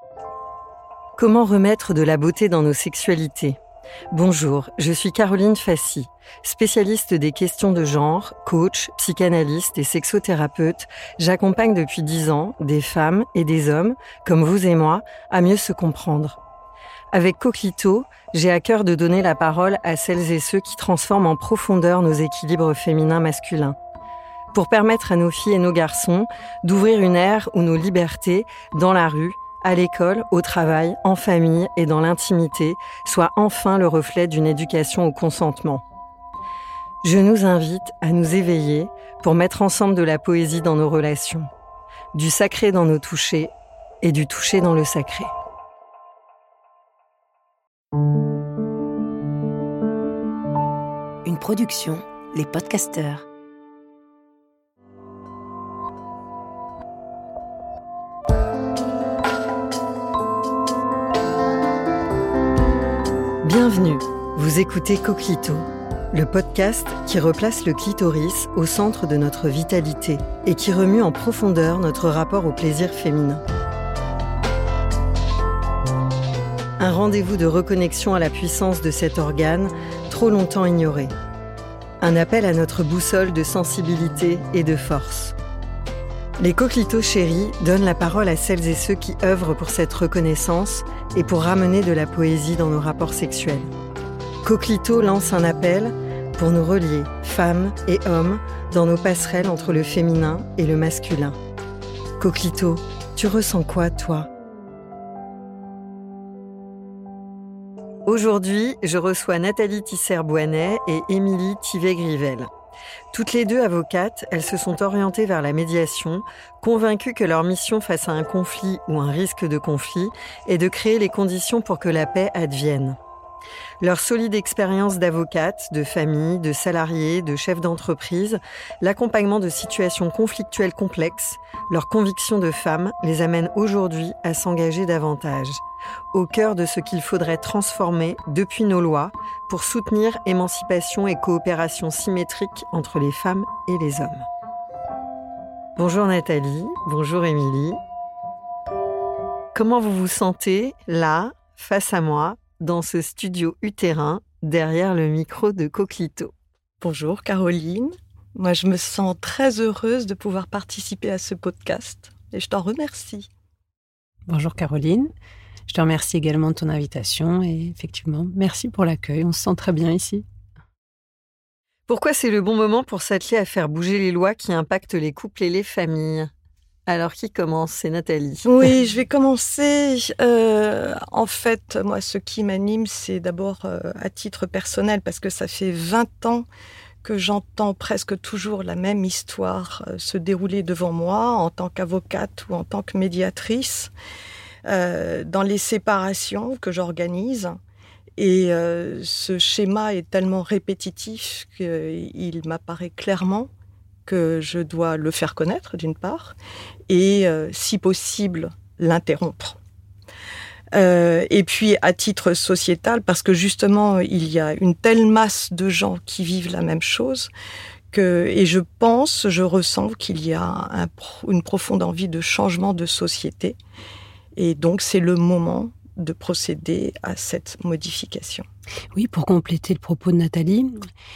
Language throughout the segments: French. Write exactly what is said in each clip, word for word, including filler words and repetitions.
Comment remettre de la beauté dans nos sexualités ? Bonjour, je suis Caroline Fassi, spécialiste des questions de genre, coach, psychanalyste et sexothérapeute. J'accompagne depuis dix ans des femmes et des hommes, comme vous et moi, à mieux se comprendre. Avec Coquelicot, j'ai à cœur de donner la parole à celles et ceux qui transforment en profondeur nos équilibres féminins-masculins. Pour permettre à nos filles et nos garçons d'ouvrir une ère où nos libertés, dans la rue, à l'école, au travail, en famille et dans l'intimité, soient enfin le reflet d'une éducation au consentement. Je nous invite à nous éveiller pour mettre ensemble de la poésie dans nos relations, du sacré dans nos touchés et du touché dans le sacré. Une production, les podcasteurs. Bienvenue, vous écoutez Coquelicot, le podcast qui replace le clitoris au centre de notre vitalité et qui remue en profondeur notre rapport au plaisir féminin. Un rendez-vous de reconnexion à la puissance de cet organe trop longtemps ignoré. Un appel à notre boussole de sensibilité et de force. Les Coquelicots chéris donnent la parole à celles et ceux qui œuvrent pour cette reconnaissance et pour ramener de la poésie dans nos rapports sexuels. Coquelicot lance un appel pour nous relier, femmes et hommes, dans nos passerelles entre le féminin et le masculin. Coquelicot, tu ressens quoi, toi ? Aujourd'hui, je reçois Nathalie Tisser-Boinet et Émilie Thivet-Grivel. Toutes les deux avocates, elles se sont orientées vers la médiation, convaincues que leur mission face à un conflit ou un risque de conflit est de créer les conditions pour que la paix advienne. Leur solide expérience d'avocate, de famille, de salariés, de chefs d'entreprise, l'accompagnement de situations conflictuelles complexes, leur conviction de femmes les amènent aujourd'hui à s'engager davantage, au cœur de ce qu'il faudrait transformer depuis nos lois pour soutenir émancipation et coopération symétrique entre les femmes et les hommes. Bonjour Nathalie, bonjour Émilie. Comment vous vous sentez là, face à moi, dans ce studio utérin, derrière le micro de Coquelicot? Bonjour Caroline, moi je me sens très heureuse de pouvoir participer à ce podcast et je t'en remercie. Bonjour Caroline, je te remercie également de ton invitation et effectivement, merci pour l'accueil, on se sent très bien ici. Pourquoi c'est le bon moment pour s'atteler à faire bouger les lois qui impactent les couples et les familles ? Alors, qui commence ? C'est Nathalie. Oui, je vais commencer. Euh, en fait, moi, ce qui m'anime, c'est d'abord euh, à titre personnel, parce que ça fait vingt ans que j'entends presque toujours la même histoire euh, se dérouler devant moi, en tant qu'avocate ou en tant que médiatrice, euh, dans les séparations que j'organise. Et euh, ce schéma est tellement répétitif qu'il m'apparaît clairement que je dois le faire connaître, d'une part, et, euh, si possible, l'interrompre. Euh, et puis, à titre sociétal, parce que justement, il y a une telle masse de gens qui vivent la même chose, que, et je pense, je ressens qu'il y a un, une profonde envie de changement de société. Et donc, c'est le moment de procéder à cette modification. Oui, pour compléter le propos de Nathalie,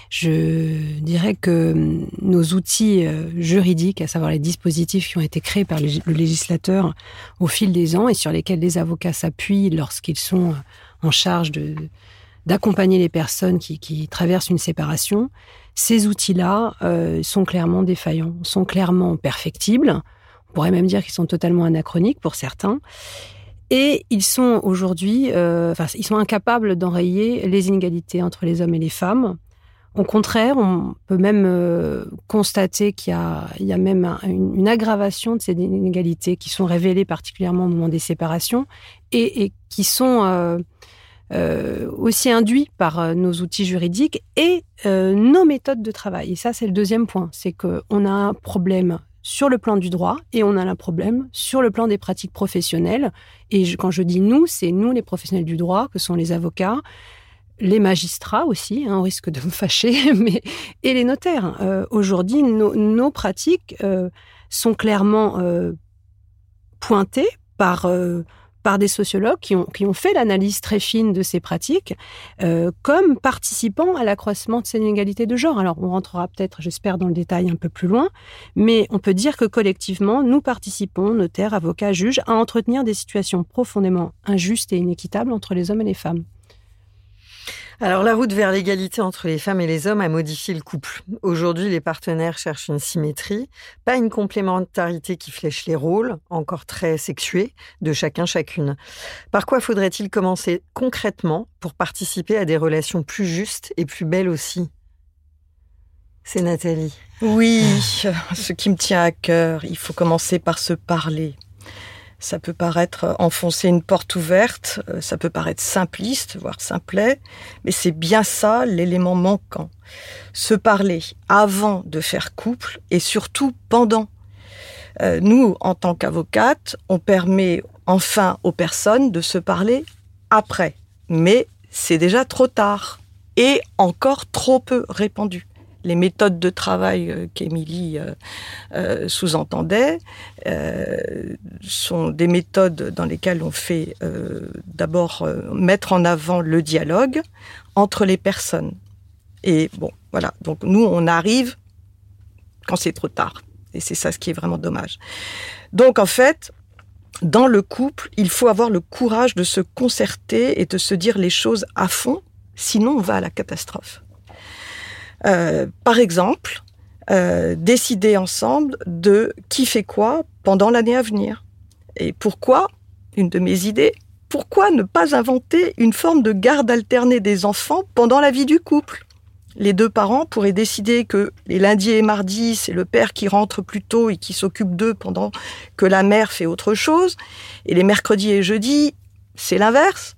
je dirais que nos outils juridiques, à savoir les dispositifs qui ont été créés par le législateur au fil des ans et sur lesquels les avocats s'appuient lorsqu'ils sont en charge de, d'accompagner les personnes qui, qui traversent une séparation, ces outils-là euh, sont clairement défaillants, sont clairement perfectibles. On pourrait même dire qu'ils sont totalement anachroniques pour certains. Et ils sont aujourd'hui, euh, enfin, ils sont incapables d'enrayer les inégalités entre les hommes et les femmes. Au contraire, on peut même euh, constater qu'il y a, il y a même un, une, une aggravation de ces inégalités qui sont révélées particulièrement au moment des séparations et, et qui sont euh, euh, aussi induits par euh, nos outils juridiques et euh, nos méthodes de travail. Et ça, c'est le deuxième point, c'est qu'on a un problème sur le plan du droit et on a un problème sur le plan des pratiques professionnelles. Et je, quand je dis nous, c'est nous les professionnels du droit, que sont les avocats, les magistrats aussi, hein, on risque de me fâcher, mais, et les notaires. Euh, aujourd'hui, nos, nos pratiques euh, sont clairement euh, pointées par, euh, par des sociologues qui ont, qui ont fait l'analyse très fine de ces pratiques euh, comme participant à l'accroissement de ces inégalités de genre. Alors, on rentrera peut-être, j'espère, dans le détail un peu plus loin, mais on peut dire que collectivement, nous participons, notaires, avocats, juges, à entretenir des situations profondément injustes et inéquitables entre les hommes et les femmes. Alors, la route vers l'égalité entre les femmes et les hommes a modifié le couple. Aujourd'hui, les partenaires cherchent une symétrie, pas une complémentarité qui flèche les rôles, encore très sexués, de chacun chacune. Par quoi faudrait-il commencer concrètement pour participer à des relations plus justes et plus belles aussi ? C'est Nathalie. Oui, ce qui me tient à cœur, il faut commencer par se parler. Ça peut paraître enfoncer une porte ouverte, ça peut paraître simpliste, voire simplet, mais c'est bien ça l'élément manquant. Se parler avant de faire couple et surtout pendant. Euh, nous, en tant qu'avocates, on permet enfin aux personnes de se parler après, mais c'est déjà trop tard et encore trop peu répandu. Les méthodes de travail euh, qu'Émilie euh, euh, sous-entendait euh, sont des méthodes dans lesquelles on fait euh, d'abord euh, mettre en avant le dialogue entre les personnes. Et bon, voilà. Donc nous, on arrive quand c'est trop tard. Et c'est ça ce qui est vraiment dommage. Donc en fait, dans le couple, il faut avoir le courage de se concerter et de se dire les choses à fond, sinon on va à la catastrophe. Euh, par exemple, euh, décider ensemble de qui fait quoi pendant l'année à venir. Et pourquoi, une de mes idées, pourquoi ne pas inventer une forme de garde alternée des enfants pendant la vie du couple ? Les deux parents pourraient décider que les lundis et mardis, c'est le père qui rentre plus tôt et qui s'occupe d'eux pendant que la mère fait autre chose. Et les mercredis et jeudis, c'est l'inverse.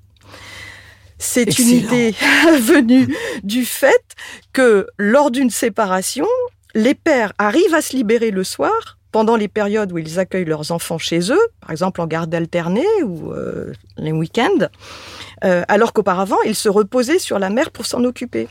C'est Excellent. Une idée venue du fait que lors d'une séparation, les pères arrivent à se libérer le soir pendant les périodes où ils accueillent leurs enfants chez eux, par exemple en garde alternée ou euh, les week-ends, euh, alors qu'auparavant, ils se reposaient sur la mère pour s'en occuper.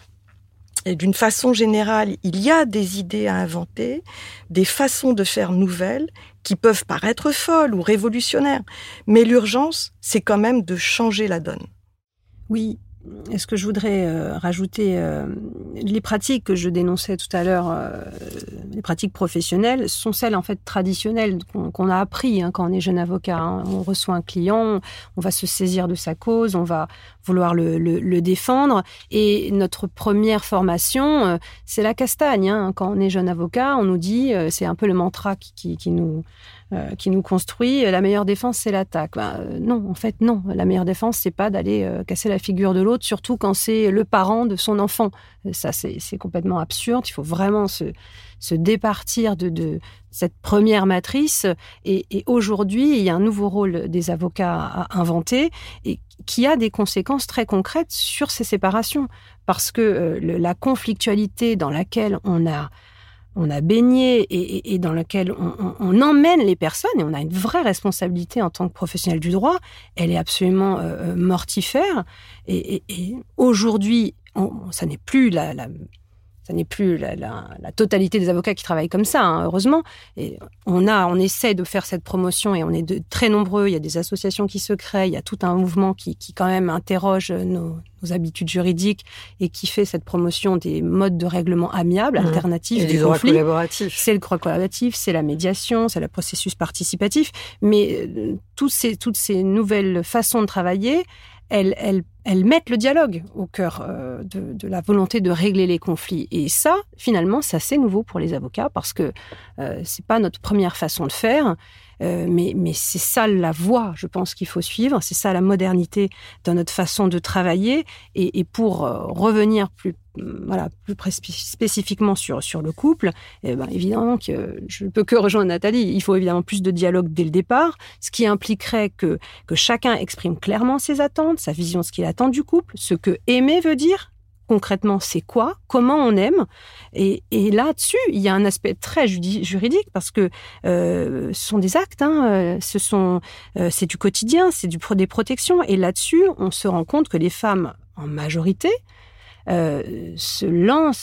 Et d'une façon générale, il y a des idées à inventer, des façons de faire nouvelles qui peuvent paraître folles ou révolutionnaires. Mais l'urgence, c'est quand même de changer la donne. Oui, est-ce que je voudrais euh, rajouter euh, les pratiques que je dénonçais tout à l'heure, euh, les pratiques professionnelles, sont celles en fait traditionnelles qu'on, qu'on a appris hein, quand on est jeune avocat. Hein. On reçoit un client, on va se saisir de sa cause, on va vouloir le, le, le défendre. Et notre première formation, euh, c'est la castagne. Hein. Quand on est jeune avocat, on nous dit, euh, c'est un peu le mantra qui, qui, qui nous... Euh, qui nous construit, la meilleure défense, c'est l'attaque. Ben, euh, non, en fait, non. La meilleure défense, c'est pas d'aller euh, casser la figure de l'autre, surtout quand c'est le parent de son enfant. Ça, c'est, c'est complètement absurde. Il faut vraiment se, se départir de, de cette première matrice. Et, et aujourd'hui, il y a un nouveau rôle des avocats à inventer et qui a des conséquences très concrètes sur ces séparations. Parce que euh, le, la conflictualité dans laquelle on a on a baigné et, et, et dans lequel on, on, on emmène les personnes, et on a une vraie responsabilité en tant que professionnel du droit, elle est absolument euh, mortifère. Et, et, et aujourd'hui, on, ça n'est plus la... la Ça n'est plus la, la, la totalité des avocats qui travaillent comme ça, hein, heureusement. Et on a, on essaie de faire cette promotion et on est de très nombreux. Il y a des associations qui se créent, il y a tout un mouvement qui, qui quand même interroge nos, nos habitudes juridiques et qui fait cette promotion des modes de règlement amiables, mmh. alternatifs, et des du droit conflits. collaboratif. C'est le droit collaboratif, c'est la médiation, c'est le processus participatif. Mais euh, toutes ces, toutes ces nouvelles façons de travailler, elles, elles, elles mettent le dialogue au cœur euh, de, de la volonté de régler les conflits. Et ça, finalement, c'est assez nouveau pour les avocats parce que euh, c'est pas notre première façon de faire, euh, mais, mais c'est ça la voie, je pense, qu'il faut suivre. C'est ça la modernité dans notre façon de travailler. Et, et pour euh, revenir plus voilà, plus spécifiquement sur, sur le couple, eh ben, évidemment que je ne peux que rejoindre Nathalie. Il faut évidemment plus de dialogue dès le départ, ce qui impliquerait que, que chacun exprime clairement ses attentes, sa vision de ce qu'il attend du couple, ce que aimer veut dire. Concrètement, c'est quoi ? Comment on aime ? Et, et là-dessus, il y a un aspect très judi- juridique parce que euh, ce sont des actes, hein, ce sont, euh, c'est du quotidien, c'est du, des protections. Et là-dessus, on se rend compte que les femmes, en majorité, Euh, se lancent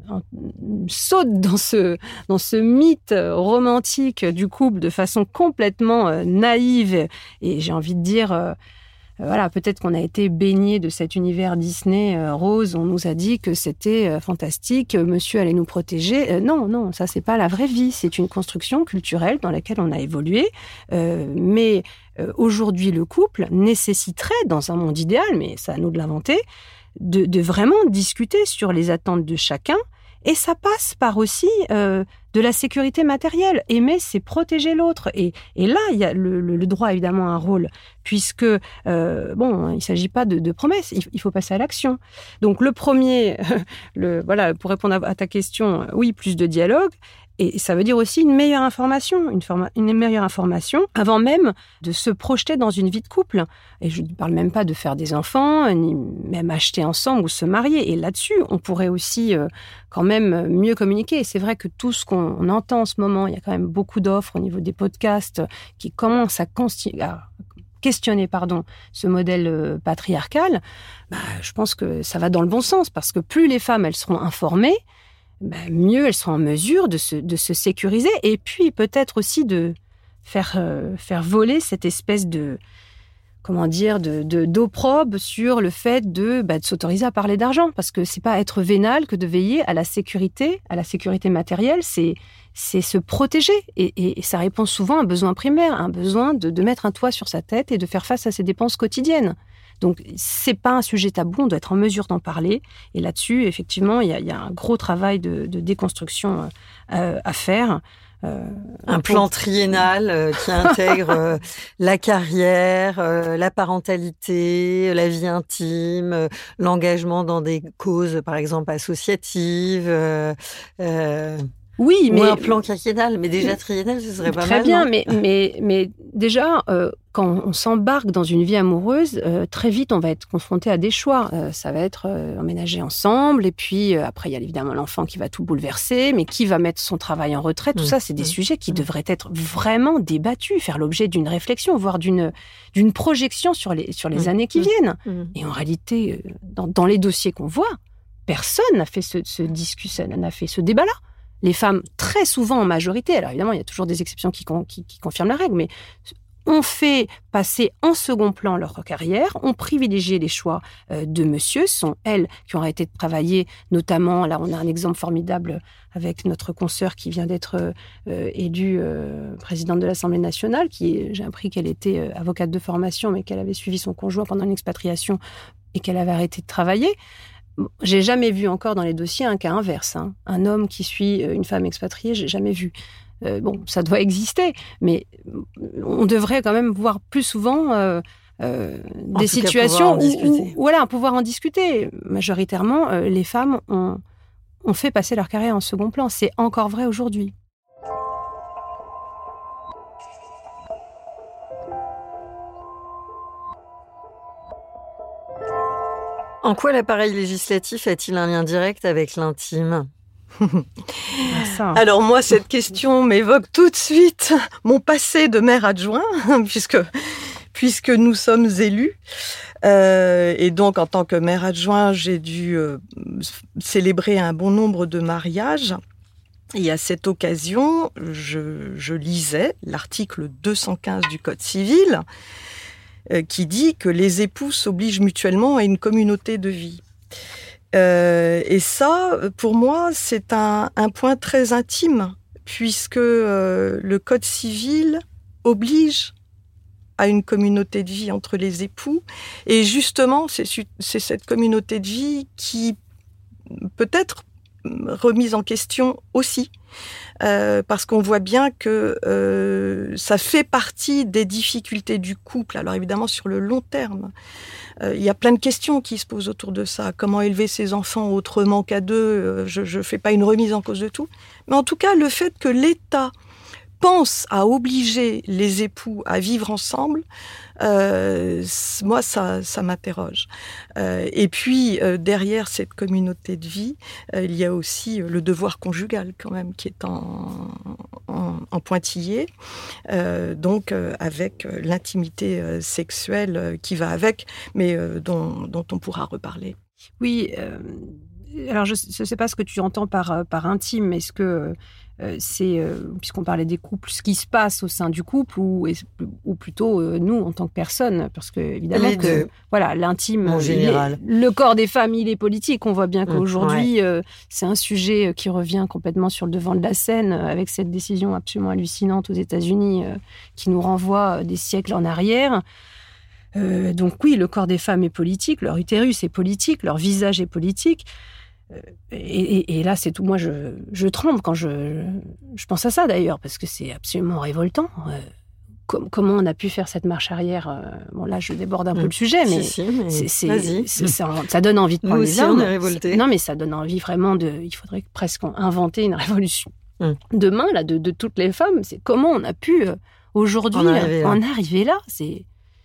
en, saute dans ce, dans ce mythe romantique du couple de façon complètement euh, naïve. Et j'ai envie de dire... Euh, Voilà, peut-être qu'on a été baigné de cet univers Disney euh, rose. On nous a dit que c'était euh, fantastique, euh, monsieur allait nous protéger. Euh, non, non, ça c'est pas la vraie vie. C'est une construction culturelle dans laquelle on a évolué. Euh, mais euh, aujourd'hui, le couple nécessiterait, dans un monde idéal, mais c'est à nous de l'inventer, de, de vraiment discuter sur les attentes de chacun. Et ça passe par aussi euh, de la sécurité matérielle. Aimer, c'est protéger l'autre. Et, et là, il y a le, le, le droit a évidemment un rôle, puisque, euh, bon, il ne s'agit pas de, de promesses, il, il faut passer à l'action. Donc le premier, le, voilà, pour répondre à, à ta question, oui, plus de dialogue. Et ça veut dire aussi une meilleure information, une, forma- une meilleure information avant même de se projeter dans une vie de couple. Et je ne parle même pas de faire des enfants, ni même acheter ensemble ou se marier. Et là-dessus, on pourrait aussi euh, quand même mieux communiquer. Et c'est vrai que tout ce qu'on entend en ce moment, il y a quand même beaucoup d'offres au niveau des podcasts qui commencent à, consti- à questionner pardon, ce modèle euh, patriarcal. Bah, je pense que ça va dans le bon sens parce que plus les femmes elles seront informées, Ben, mieux elles seront en mesure de se, de se sécuriser et puis peut-être aussi de faire, euh, faire voler cette espèce de, comment dire, de, de, d'opprobre sur le fait de, bah, de s'autoriser à parler d'argent. Parce que c'est pas être vénal que de veiller à la sécurité, à la sécurité matérielle, c'est, c'est se protéger. Et, et, et ça répond souvent à un besoin primaire, un besoin de, de mettre un toit sur sa tête et de faire face à ses dépenses quotidiennes. Donc, c'est pas un sujet tabou, on doit être en mesure d'en parler. Et là-dessus, effectivement, il y a, il y a un gros travail de, de déconstruction euh, à faire. Euh, un pour... plan triennal euh, qui intègre euh, la carrière, euh, la parentalité, la vie intime, euh, l'engagement dans des causes, par exemple, associatives. Euh, euh... Oui, mais ou un plan quinquennal, mais déjà triennal, ce serait pas très mal. Très bien, non mais, mais, mais déjà, euh, quand on s'embarque dans une vie amoureuse, euh, très vite, on va être confronté à des choix. Euh, ça va être euh, emménager ensemble, et puis euh, après, il y a évidemment l'enfant qui va tout bouleverser, mais qui va mettre son travail en retrait. Tout mmh. ça, c'est des mmh. sujets qui mmh. devraient être vraiment débattus, faire l'objet d'une réflexion, voire d'une, d'une projection sur les, sur les mmh. années qui mmh. viennent. Mmh. Et en réalité, euh, dans, dans les dossiers qu'on voit, personne n'a fait ce, ce discussion, n'a fait ce débat-là. Les femmes, très souvent en majorité, alors évidemment, il y a toujours des exceptions qui, qui, qui confirment la règle, mais ont fait passer en second plan leur carrière, ont privilégié les choix euh, de monsieur, ce sont elles qui ont arrêté de travailler, notamment, là on a un exemple formidable avec notre consoeur qui vient d'être euh, élue euh, présidente de l'Assemblée nationale, qui, j'ai appris qu'elle était euh, avocate de formation, mais qu'elle avait suivi son conjoint pendant une expatriation et qu'elle avait arrêté de travailler. J'ai jamais vu encore dans les dossiers un cas inverse. Hein. Un homme qui suit une femme expatriée, j'ai jamais vu. Euh, bon, ça doit exister, mais on devrait quand même voir plus souvent euh, euh, des situations cas, où, où, voilà, pouvoir en discuter. Majoritairement, euh, les femmes ont, ont fait passer leur carrière en second plan. C'est encore vrai aujourd'hui. En quoi l'appareil législatif a-t-il un lien direct avec l'intime ? Alors moi, cette question m'évoque tout de suite mon passé de maire adjoint, puisque, puisque nous sommes élus. Euh, et donc, en tant que maire adjoint, j'ai dû euh, célébrer un bon nombre de mariages. Et à cette occasion, je, je lisais l'article deux cent quinze du Code civil, qui dit que les époux s'obligent mutuellement à une communauté de vie. Euh, et ça, pour moi, c'est un, un point très intime, puisque euh, le Code civil oblige à une communauté de vie entre les époux. Et justement, c'est, c'est cette communauté de vie qui peut être remise en question aussi. Euh, parce qu'on voit bien que euh, ça fait partie des difficultés du couple. Alors évidemment, sur le long terme, euh, il y a plein de questions qui se posent autour de ça. Comment élever ses enfants autrement qu'à deux ? euh, Je ne fais pas une remise en cause de tout. Mais en tout cas, le fait que l'État pense à obliger les époux à vivre ensemble, euh, moi, ça, ça m'interroge. Euh, et puis, euh, derrière cette communauté de vie, euh, il y a aussi le devoir conjugal, quand même, qui est en, en, en pointillé, euh, donc euh, avec l'intimité euh, sexuelle euh, qui va avec, mais euh, dont, dont on pourra reparler. Oui, euh... alors je ne sais pas ce que tu entends par, par intime, mais est-ce que euh, c'est, euh, puisqu'on parlait des couples, ce qui se passe au sein du couple ou, ou plutôt euh, nous en tant que personne, parce que évidemment Les que deux. voilà, l'intime, en général. est, le corps des femmes, il est politique. On voit bien qu'aujourd'hui, mmh, ouais. euh, c'est un sujet qui revient complètement sur le devant de la scène, avec cette décision absolument hallucinante aux États-Unis euh, qui nous renvoie des siècles en arrière. Euh, donc oui, le corps des femmes est politique, leur utérus est politique, leur visage est politique. Et, et, et là, c'est tout. Moi, je, je tremble quand je, je pense à ça, d'ailleurs, parce que c'est absolument révoltant. Euh, com- comment on a pu faire cette marche arrière euh, Bon, là, je déborde un mmh. peu le sujet, mais, si, si, mais c'est, c'est, vas-y. c'est, ça, ça donne envie de prendre Nous les aussi, armes. on est révoltés. Non, mais ça donne envie vraiment de... Il faudrait presque inventer une révolution. Mmh. Demain, là, de, de toutes les femmes, c'est comment on a pu, euh, aujourd'hui, en arriver là. En arriver là c'est...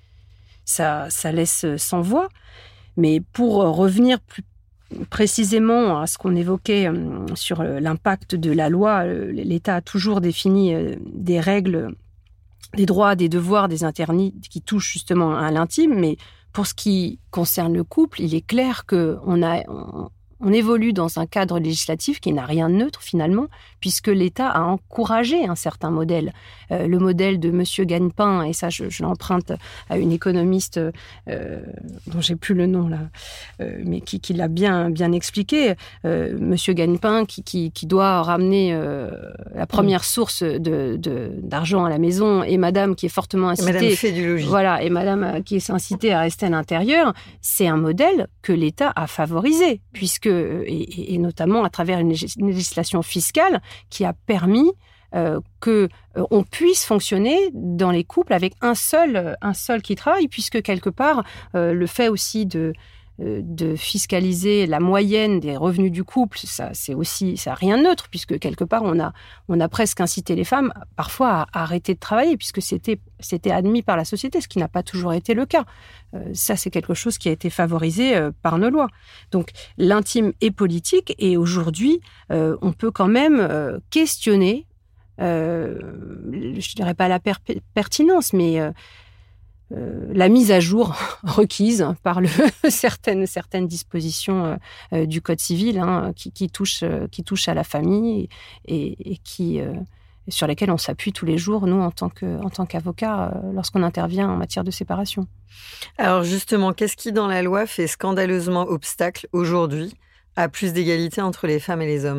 Ça, ça laisse sans voix. Mais pour revenir plus précisément à ce qu'on évoquait sur l'impact de la loi, l'État a toujours défini des règles, des droits, des devoirs, des interdits qui touchent justement à l'intime. Mais pour ce qui concerne le couple, il est clair qu'on a... On, On évolue dans un cadre législatif qui n'a rien de neutre, finalement, puisque l'État a encouragé un certain modèle. Euh, le modèle de M. Gagnepin, et ça, je, je l'emprunte à une économiste euh, dont j'ai plus le nom, là, euh, mais qui, qui l'a bien, bien expliqué. Euh, M. Gagnepin, qui, qui, qui doit ramener euh, la première mmh. source de, de, d'argent à la maison, et Madame qui est fortement incitée... Et Madame fait du logis. Voilà, et Madame qui est incitée à rester à l'intérieur, c'est un modèle que l'État a favorisé, puisque Et, et notamment à travers une législation fiscale qui a permis euh, que euh, on puisse fonctionner dans les couples avec un seul, un seul qui travaille, puisque quelque part, euh, le fait aussi de, euh, de fiscaliser la moyenne des revenus du couple, ça, c'est aussi, ça n'a rien de neutre, puisque quelque part, on a, on a presque incité les femmes parfois à, à arrêter de travailler, puisque c'était, c'était admis par la société, ce qui n'a pas toujours été le cas. Euh, ça, c'est quelque chose qui a été favorisé euh, par nos lois. Donc, l'intime est politique, et aujourd'hui, euh, on peut quand même euh, questionner, euh, je ne dirais pas la per- pertinence, mais euh, euh, la mise à jour requise par le, certaines, certaines dispositions euh, du Code civil hein, qui, qui, touchent, euh, qui touchent à la famille et, et qui... Euh, sur lesquels on s'appuie tous les jours, nous, en tant, que, en tant qu'avocats, euh, lorsqu'on intervient en matière de séparation. Alors justement, qu'est-ce qui, dans la loi, fait scandaleusement obstacle, aujourd'hui, à plus d'égalité entre les femmes et les hommes ?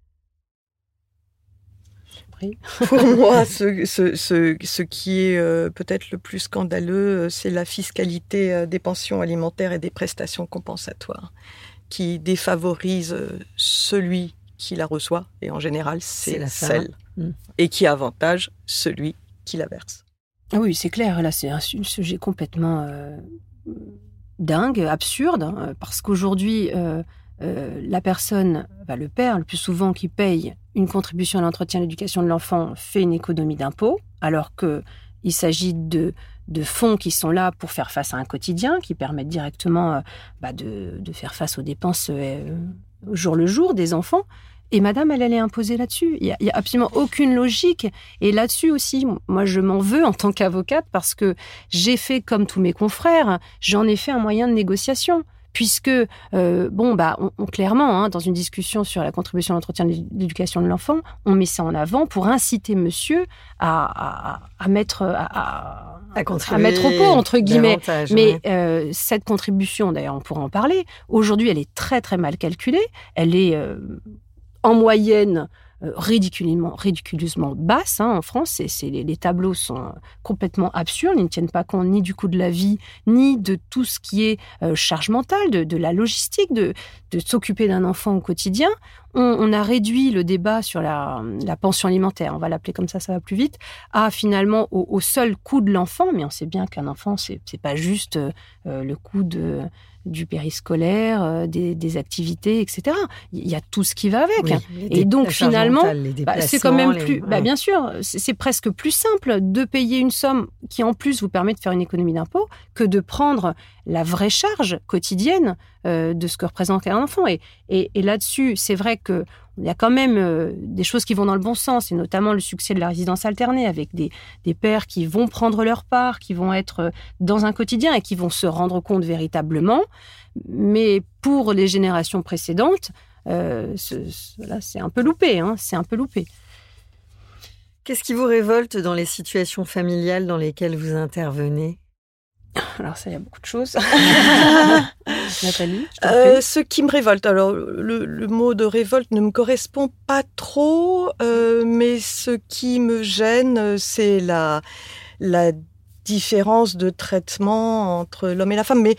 Pour moi, ce, ce, ce, ce qui est euh, peut-être le plus scandaleux, c'est la fiscalité euh, des pensions alimentaires et des prestations compensatoires, qui défavorise celui qui la reçoit, et en général, c'est, c'est la celle, mmh. et qui avantage celui qui la verse. Ah oui, c'est clair, là, c'est un sujet complètement euh, dingue, absurde, hein, parce qu'aujourd'hui, euh, euh, la personne, bah, le père, le plus souvent, qui paye une contribution à l'entretien et à l'éducation de l'enfant, fait une économie d'impôts, alors qu'il s'agit de, de fonds qui sont là pour faire face à un quotidien, qui permettent directement euh, bah, de, de faire face aux dépenses euh, au jour le jour des enfants. Et madame, elle, elle est imposée là-dessus. Il n'y a, a absolument aucune logique. Et là-dessus aussi, moi, je m'en veux en tant qu'avocate parce que j'ai fait comme tous mes confrères, j'en ai fait un moyen de négociation. Puisque, euh, bon, bah, on, on, clairement, hein, dans une discussion sur la contribution à l'entretien de l'éducation de l'enfant, on met ça en avant pour inciter monsieur à, à, à mettre... à, à À, à mettre au pot, entre guillemets. Mais ouais. euh, cette contribution, d'ailleurs, on pourra en parler, aujourd'hui, elle est très, très mal calculée. Elle est, euh, en moyenne, euh, ridiculement, ridiculeusement basse. Hein, en France, c'est, c'est, les, les tableaux sont complètement absurdes. Ils ne tiennent pas compte ni du coût de la vie, ni de tout ce qui est euh, charge mentale, de, de la logistique, de, de s'occuper d'un enfant au quotidien. On, on a réduit le débat sur la, la pension alimentaire, on va l'appeler comme ça, ça va plus vite, à finalement au, au seul coût de l'enfant. Mais on sait bien qu'un enfant, c'est, c'est pas juste euh, le coût de... du périscolaire, euh, des, des activités, et cetera. Il y a tout ce qui va avec. Oui, hein. Et donc, finalement, finalement, bah, c'est quand même les... plus... Ouais. Bah, bien sûr, c'est, c'est presque plus simple de payer une somme qui, en plus, vous permet de faire une économie d'impôt que de prendre la vraie charge quotidienne euh, de ce que représente un enfant. Et, et, et là-dessus, c'est vrai qu'il y a quand même euh, des choses qui vont dans le bon sens, et notamment le succès de la résidence alternée, avec des, des pères qui vont prendre leur part, qui vont être dans un quotidien et qui vont se rendre compte véritablement. Mais pour les générations précédentes, euh, ce, ce, là, c'est un peu loupé, hein, c'est un peu loupé. Qu'est-ce qui vous révolte dans les situations familiales dans lesquelles vous intervenez ? Alors ça, il y a beaucoup de choses. Nathalie, je t'en euh, prie. Ce qui me révolte, alors le, le mot de révolte ne me correspond pas trop, euh, mais ce qui me gêne, c'est la, la différence de traitement entre l'homme et la femme. Mais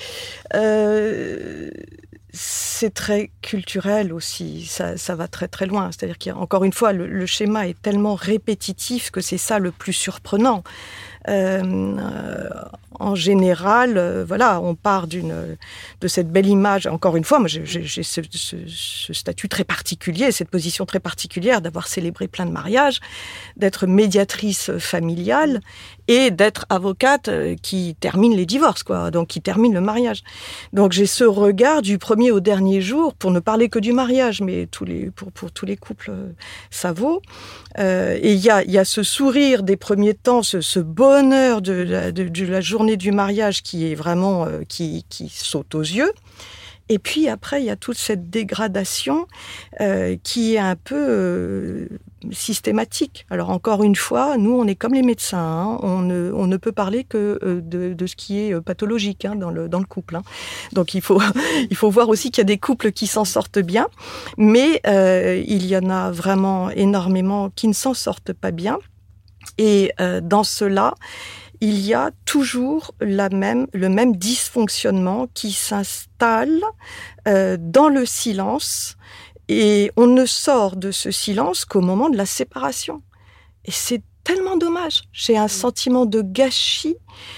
euh, c'est très culturel aussi, ça, ça va très très loin. C'est-à-dire qu'encore une fois, le, le schéma est tellement répétitif que c'est ça le plus surprenant. Euh, euh, en général, euh, voilà, on part d'une de cette belle image. Encore une fois, moi, j'ai, j'ai ce, ce, ce statut très particulier, cette position très particulière d'avoir célébré plein de mariages, d'être médiatrice familiale et d'être avocate qui termine les divorces, quoi. Donc qui termine le mariage. Donc j'ai ce regard du premier au dernier jour, pour ne parler que du mariage, mais tous les pour pour tous les couples, ça vaut. Euh, et il y a il y a ce sourire des premiers temps, ce, ce bonheur de la, de, de la journée du mariage qui est vraiment euh, qui qui saute aux yeux. Et puis après, il y a toute cette dégradation euh, qui est un peu euh, systématique. Alors encore une fois, nous, on est comme les médecins. Hein, on, ne, on ne peut parler que euh, de, de ce qui est pathologique hein, dans, le, dans le couple. Hein. Donc il faut, il faut voir aussi qu'il y a des couples qui s'en sortent bien, mais euh, il y en a vraiment énormément qui ne s'en sortent pas bien. Et euh, dans cela, il y a toujours la même, le même dysfonctionnement qui s'installe euh, dans le silence, et on ne sort de ce silence qu'au moment de la séparation. Et c'est tellement dommage. J'ai un sentiment de gâchis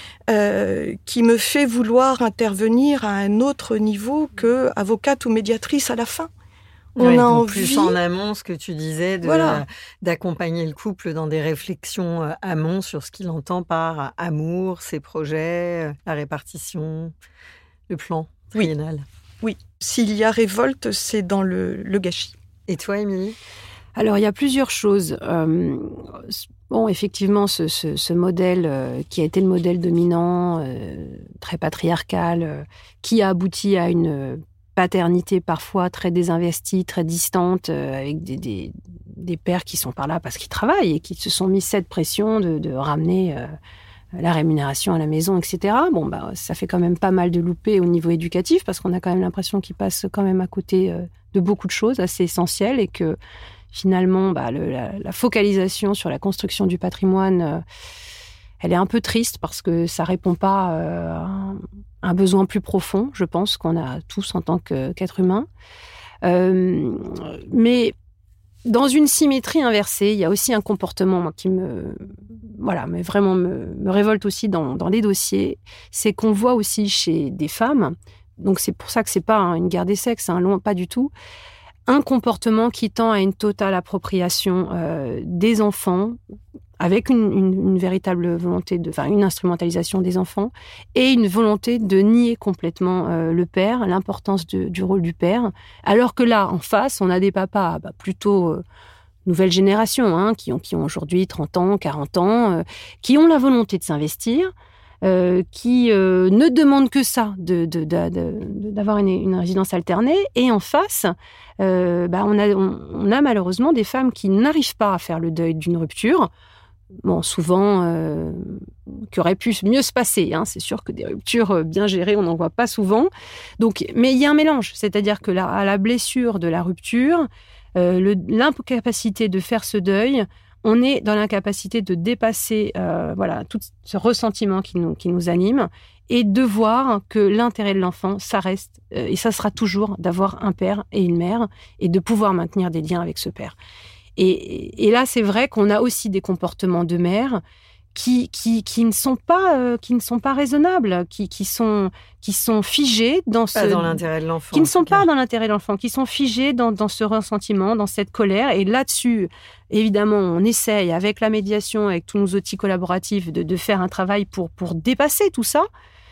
euh, qui me fait vouloir intervenir à un autre niveau que avocate ou médiatrice à la fin. On ouais, a donc envie... plus en amont, ce que tu disais, de, voilà. euh, d'accompagner le couple dans des réflexions euh, amont sur ce qu'il entend par euh, amour, ses projets, euh, la répartition, le plan triennal. Oui, oui. S'il y a révolte, c'est dans le, le gâchis. Et toi, Émilie ? Alors, il y a plusieurs choses. Euh, bon, effectivement, ce, ce, ce modèle euh, qui a été le modèle dominant, euh, très patriarcal, euh, qui a abouti à une paternité parfois très désinvestie, très distante, euh, avec des, des, des pères qui sont par là parce qu'ils travaillent et qui se sont mis cette pression de, de ramener euh, la rémunération à la maison, et cetera. Bon, bah, ça fait quand même pas mal de loupés au niveau éducatif parce qu'on a quand même l'impression qu'ils passent quand même à côté euh, de beaucoup de choses assez essentielles et que finalement, bah, le, la, la focalisation sur la construction du patrimoine, euh, elle est un peu triste parce que ça répond pas euh, à un, un besoin plus profond, je pense, qu'on a tous en tant que, qu'être humain. Euh, mais dans une symétrie inversée, il y a aussi un comportement moi, qui me, voilà, mais vraiment me, me révolte aussi dans, dans les dossiers. C'est qu'on voit aussi chez des femmes, donc c'est pour ça que c'est pas hein, une guerre des sexes, hein, loin, pas du tout, un comportement qui tend à une totale appropriation euh, des enfants, avec une, une, une véritable volonté de, enfin une instrumentalisation des enfants et une volonté de nier complètement euh, le père, l'importance de, du rôle du père, alors que là, en face, on a des papas bah, plutôt euh, nouvelle génération, hein, qui ont, qui ont aujourd'hui trente ans, quarante ans, euh, qui ont la volonté de s'investir, Euh, qui euh, ne demande que ça, de, de, de, de, d'avoir une, une résidence alternée. Et en face, euh, bah on, a, on, on a malheureusement des femmes qui n'arrivent pas à faire le deuil d'une rupture. Bon, souvent, euh, qui aurait pu mieux se passer. Hein. C'est sûr que des ruptures bien gérées, on n'en voit pas souvent. Donc, mais il y a un mélange. C'est-à-dire que la, à la blessure de la rupture, euh, le, l'incapacité de faire ce deuil, on est dans l'incapacité de dépasser euh, voilà, tout ce ressentiment qui nous, qui nous anime et de voir que l'intérêt de l'enfant, ça reste, euh, et ça sera toujours d'avoir un père et une mère et de pouvoir maintenir des liens avec ce père. Et, et là, c'est vrai qu'on a aussi des comportements de mère qui, qui, qui, ne sont pas, euh, qui ne sont pas raisonnables, qui, qui, sont, qui sont figés dans ce... Pas dans l'intérêt de l'enfant. Qui ne sont pas dans l'intérêt de l'enfant, qui sont figés dans, dans ce ressentiment, dans cette colère. Et là-dessus, évidemment, on essaye, avec la médiation, avec tous nos outils collaboratifs, de, de faire un travail pour, pour dépasser tout ça.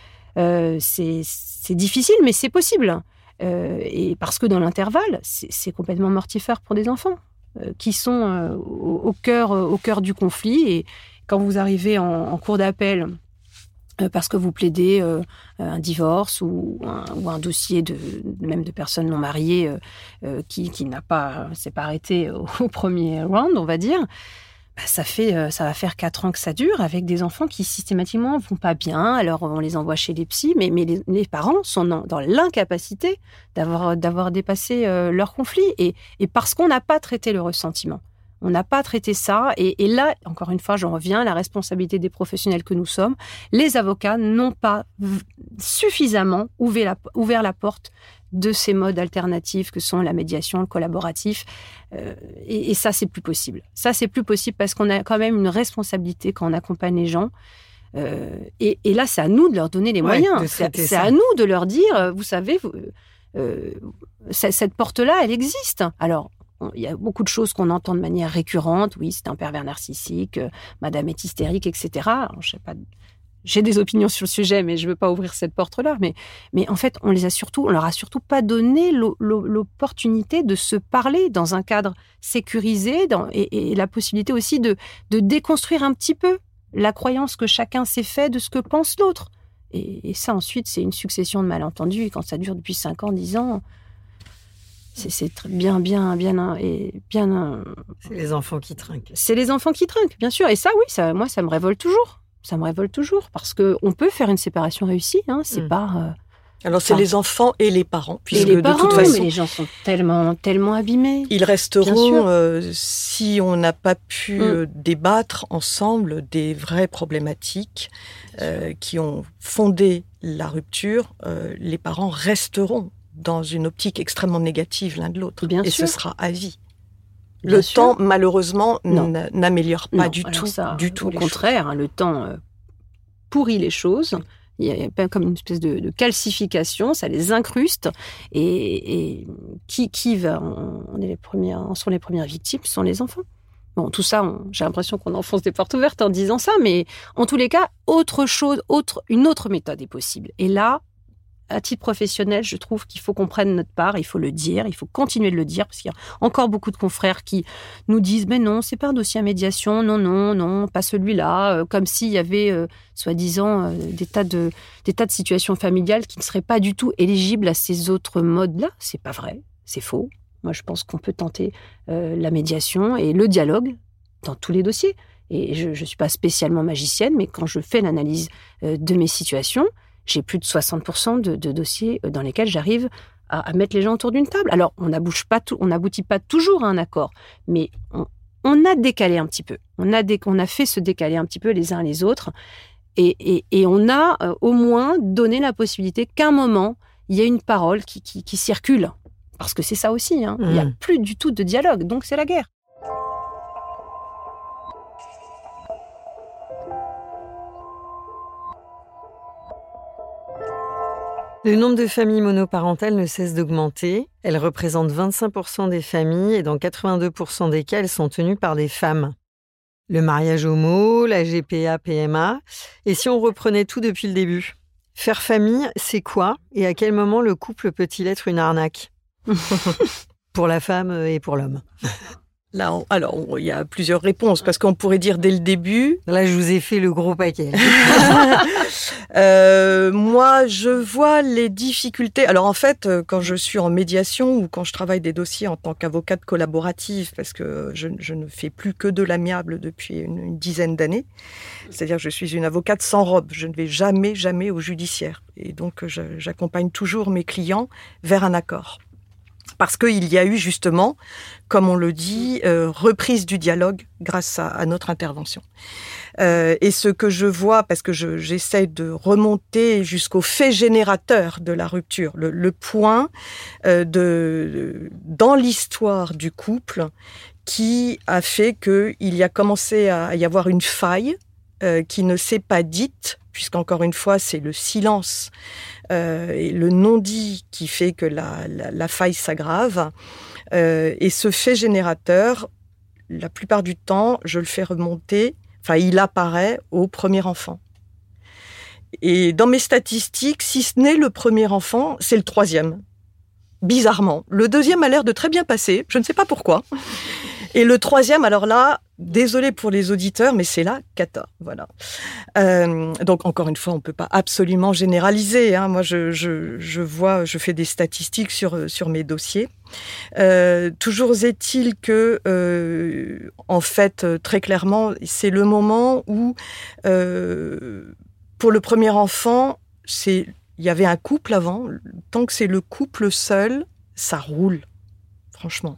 Euh, c'est, c'est difficile, mais c'est possible. Euh, et parce que dans l'intervalle, c'est, c'est complètement mortifère pour des enfants euh, qui sont euh, au, au, cœur, au cœur du conflit. Et quand vous arrivez en, en cour d'appel euh, parce que vous plaidez euh, un divorce ou un, ou un dossier de, même de personnes non mariées euh, euh, qui, qui n'a pas s'est pas arrêté au, au premier round, on va dire, bah, ça fait euh, ça va faire quatre ans que ça dure avec des enfants qui systématiquement vont pas bien. Alors on les envoie chez les psys, mais, mais les, les parents sont dans, dans l'incapacité d'avoir d'avoir dépassé euh, leur conflit et, et parce qu'on n'a pas traité le ressentiment. On n'a pas traité ça. Et, et là, encore une fois, j'en reviens, la responsabilité des professionnels que nous sommes. Les avocats n'ont pas v- suffisamment ouvert la, ouvert la porte de ces modes alternatifs que sont la médiation, le collaboratif. Euh, et, et ça, c'est plus possible. Ça, c'est plus possible parce qu'on a quand même une responsabilité quand on accompagne les gens. Euh, et, et là, c'est à nous de leur donner les ouais, moyens. C'est, c'est à nous de leur dire, vous savez, vous, euh, cette porte-là, elle existe. Alors, il y a beaucoup de choses qu'on entend de manière récurrente. Oui, c'est un pervers narcissique, euh, madame est hystérique, et cetera. Alors, je sais pas, j'ai des opinions sur le sujet, mais je veux pas ouvrir cette porte-là. Mais, mais en fait, on les a surtout, on leur a surtout pas donné l'o- l'o- l'opportunité de se parler dans un cadre sécurisé dans, et, et la possibilité aussi de, de déconstruire un petit peu la croyance que chacun s'est fait de ce que pense l'autre. Et, et ça, ensuite, c'est une succession de malentendus. Et quand ça dure depuis cinq ans, dix ans... C'est, c'est bien, bien, bien, et bien. C'est les enfants qui trinquent. C'est les enfants qui trinquent, bien sûr. Et ça, oui, ça, moi, ça me révolte toujours. Ça me révolte toujours parce que on peut faire une séparation réussie. Hein, c'est mmh. pas. Euh, Alors c'est enfin, les enfants et les parents, puisque et les parents, de toute façon, mais les gens sont tellement, tellement abîmés. Ils resteront, euh, si on n'a pas pu mmh. euh, débattre ensemble des vraies problématiques euh, qui ont fondé la rupture, euh, les parents resteront dans une optique extrêmement négative l'un de l'autre. Bien et sûr. Ce sera à vie. Bien le sûr. Temps, malheureusement, n- n'améliore pas non. du Alors tout, ça, du tout. Au contraire, hein, le temps euh, pourrit les choses. Oui. Il y a pas comme une espèce de, de calcification, ça les incruste. Et, et qui, qui va, on est les premières, on sont les premières victimes, ce sont les enfants. Bon, tout ça, on, j'ai l'impression qu'on enfonce des portes ouvertes en disant ça, mais en tous les cas, autre chose, autre, une autre méthode est possible. Et là, à titre professionnel, je trouve qu'il faut qu'on prenne notre part, il faut le dire, il faut continuer de le dire, parce qu'il y a encore beaucoup de confrères qui nous disent « mais non, c'est pas un dossier à médiation, non, non, non, pas celui-là euh, », comme s'il y avait, euh, soi-disant, euh, des, tas de, des tas de situations familiales qui ne seraient pas du tout éligibles à ces autres modes-là. C'est pas vrai, c'est faux. Moi, je pense qu'on peut tenter euh, la médiation et le dialogue dans tous les dossiers. Et je ne suis pas spécialement magicienne, mais quand je fais l'analyse euh, de mes situations, j'ai plus de soixante pour cent de, de dossiers dans lesquels j'arrive à, à mettre les gens autour d'une table. Alors, on n'aboutit pas, tout, on n'aboutit pas toujours à un accord, mais on, on a décalé un petit peu. On a, dé, on a fait se décaler un petit peu les uns les autres. Et, et, et on a euh, au moins donné la possibilité qu'à un moment, il y ait une parole qui, qui, qui circule. Parce que c'est ça aussi. Hein. Mmh. Il n'y a plus du tout de dialogue, donc c'est la guerre. Le nombre de familles monoparentales ne cesse d'augmenter. Elles représentent vingt-cinq pour cent des familles et dans quatre-vingt-deux pour cent des cas, elles sont tenues par des femmes. Le mariage homo, la G P A P M A. Et si on reprenait tout depuis le début ? Faire famille, c'est quoi ? Et à quel moment le couple peut-il être une arnaque ? Pour la femme et pour l'homme. Là, on, alors, on, il y a plusieurs réponses, parce qu'on pourrait dire dès le début... Là, je vous ai fait le gros paquet. euh, moi, je vois les difficultés... Alors, en fait, quand je suis en médiation ou quand je travaille des dossiers en tant qu'avocate collaborative, parce que je, je ne fais plus que de l'amiable depuis une, une dizaine d'années, c'est-à-dire que je suis une avocate sans robe, je ne vais jamais, jamais au judiciaire. Et donc, je, j'accompagne toujours mes clients vers un accord. Parce qu'il y a eu justement, comme on le dit, euh, reprise du dialogue grâce à, à notre intervention. Euh, et ce que je vois, parce que je, j'essaie de remonter jusqu'au fait générateur de la rupture, le, le point euh, de, dans l'histoire du couple qui a fait qu'il y a commencé à y avoir une faille euh, qui ne s'est pas dite, puisqu'encore une fois, c'est le silence euh, et le non-dit qui fait que la, la, la faille s'aggrave. Euh, et ce fait générateur, la plupart du temps, je le fais remonter, enfin, il apparaît au premier enfant. Et dans mes statistiques, si ce n'est le premier enfant, c'est le troisième. Bizarrement. Le deuxième a l'air de très bien passer, je ne sais pas pourquoi. Et le troisième, alors là, désolé pour les auditeurs, mais c'est la cata, voilà. Euh, donc encore une fois, on peut pas absolument généraliser. Hein. Moi, je, je, je vois, je fais des statistiques sur sur mes dossiers. Euh, toujours est-il que, euh, en fait, très clairement, c'est le moment où, euh, pour le premier enfant, c'est il y avait un couple avant. Tant que c'est le couple seul, ça roule, franchement.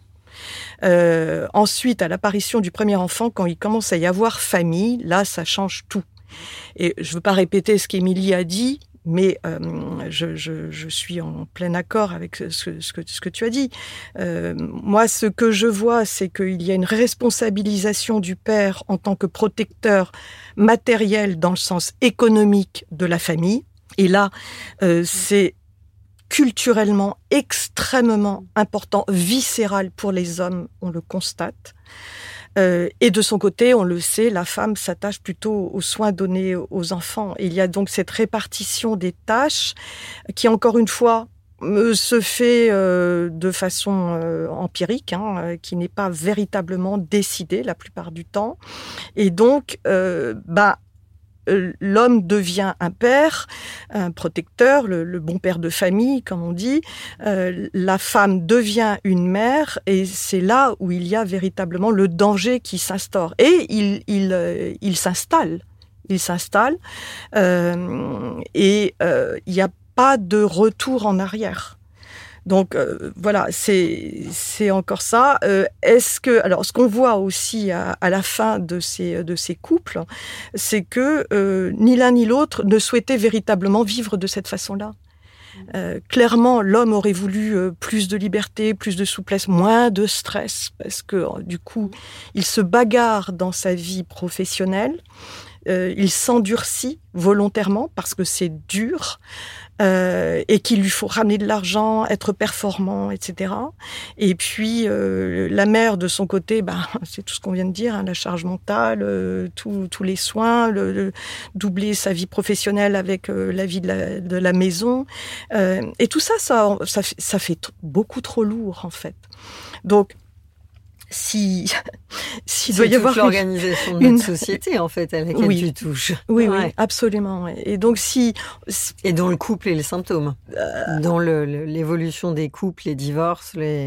Euh, ensuite, à l'apparition du premier enfant, quand il commence à y avoir famille, là, ça change tout. Et je ne veux pas répéter ce qu'Émilie a dit, mais euh, je, je, je suis en plein accord avec ce, ce, que, ce que tu as dit. Euh, moi, ce que je vois, c'est qu'il y a une responsabilisation du père en tant que protecteur matériel dans le sens économique de la famille. Et là, euh, c'est culturellement extrêmement important, viscéral pour les hommes, on le constate. Euh, et de son côté, on le sait, la femme s'attache plutôt aux soins donnés aux enfants. Et il y a donc cette répartition des tâches qui, encore une fois, se fait euh, de façon euh, empirique, hein, euh, qui n'est pas véritablement décidée la plupart du temps. Et donc, euh, bah, l'homme devient un père, un protecteur, le, le bon père de famille, comme on dit. Euh, la femme devient une mère, et c'est là où il y a véritablement le danger qui s'instaure. Et il, il, euh, il s'installe. Il s'installe. Euh, et euh, il n'y a pas de retour en arrière. Donc euh, voilà, c'est c'est encore ça. Euh, est-ce que alors ce qu'on voit aussi à, à la fin de ces de ces couples, c'est que euh, ni l'un ni l'autre ne souhaitait véritablement vivre de cette façon-là. Euh, clairement, l'homme aurait voulu euh, plus de liberté, plus de souplesse, moins de stress, parce que euh, du coup, il se bagarre dans sa vie professionnelle. Euh, il s'endurcit volontairement parce que c'est dur. Euh, et qu'il lui faut ramener de l'argent, être performant, et cetera. Et puis euh, la mère de son côté, bah c'est tout ce qu'on vient de dire, hein, la charge mentale, euh, tous tous les soins, le, le, doubler sa vie professionnelle avec euh, la vie de la, de la maison, euh, et tout ça, ça, ça fait, ça fait t- beaucoup trop lourd en fait. Donc si s'il doit y avoir l'organisation de notre société en fait à laquelle oui. tu touches. Oui, ouais. oui, absolument. Et donc si et dont le couple est le symptôme, euh... dont le, le, l'évolution des couples, les divorces, les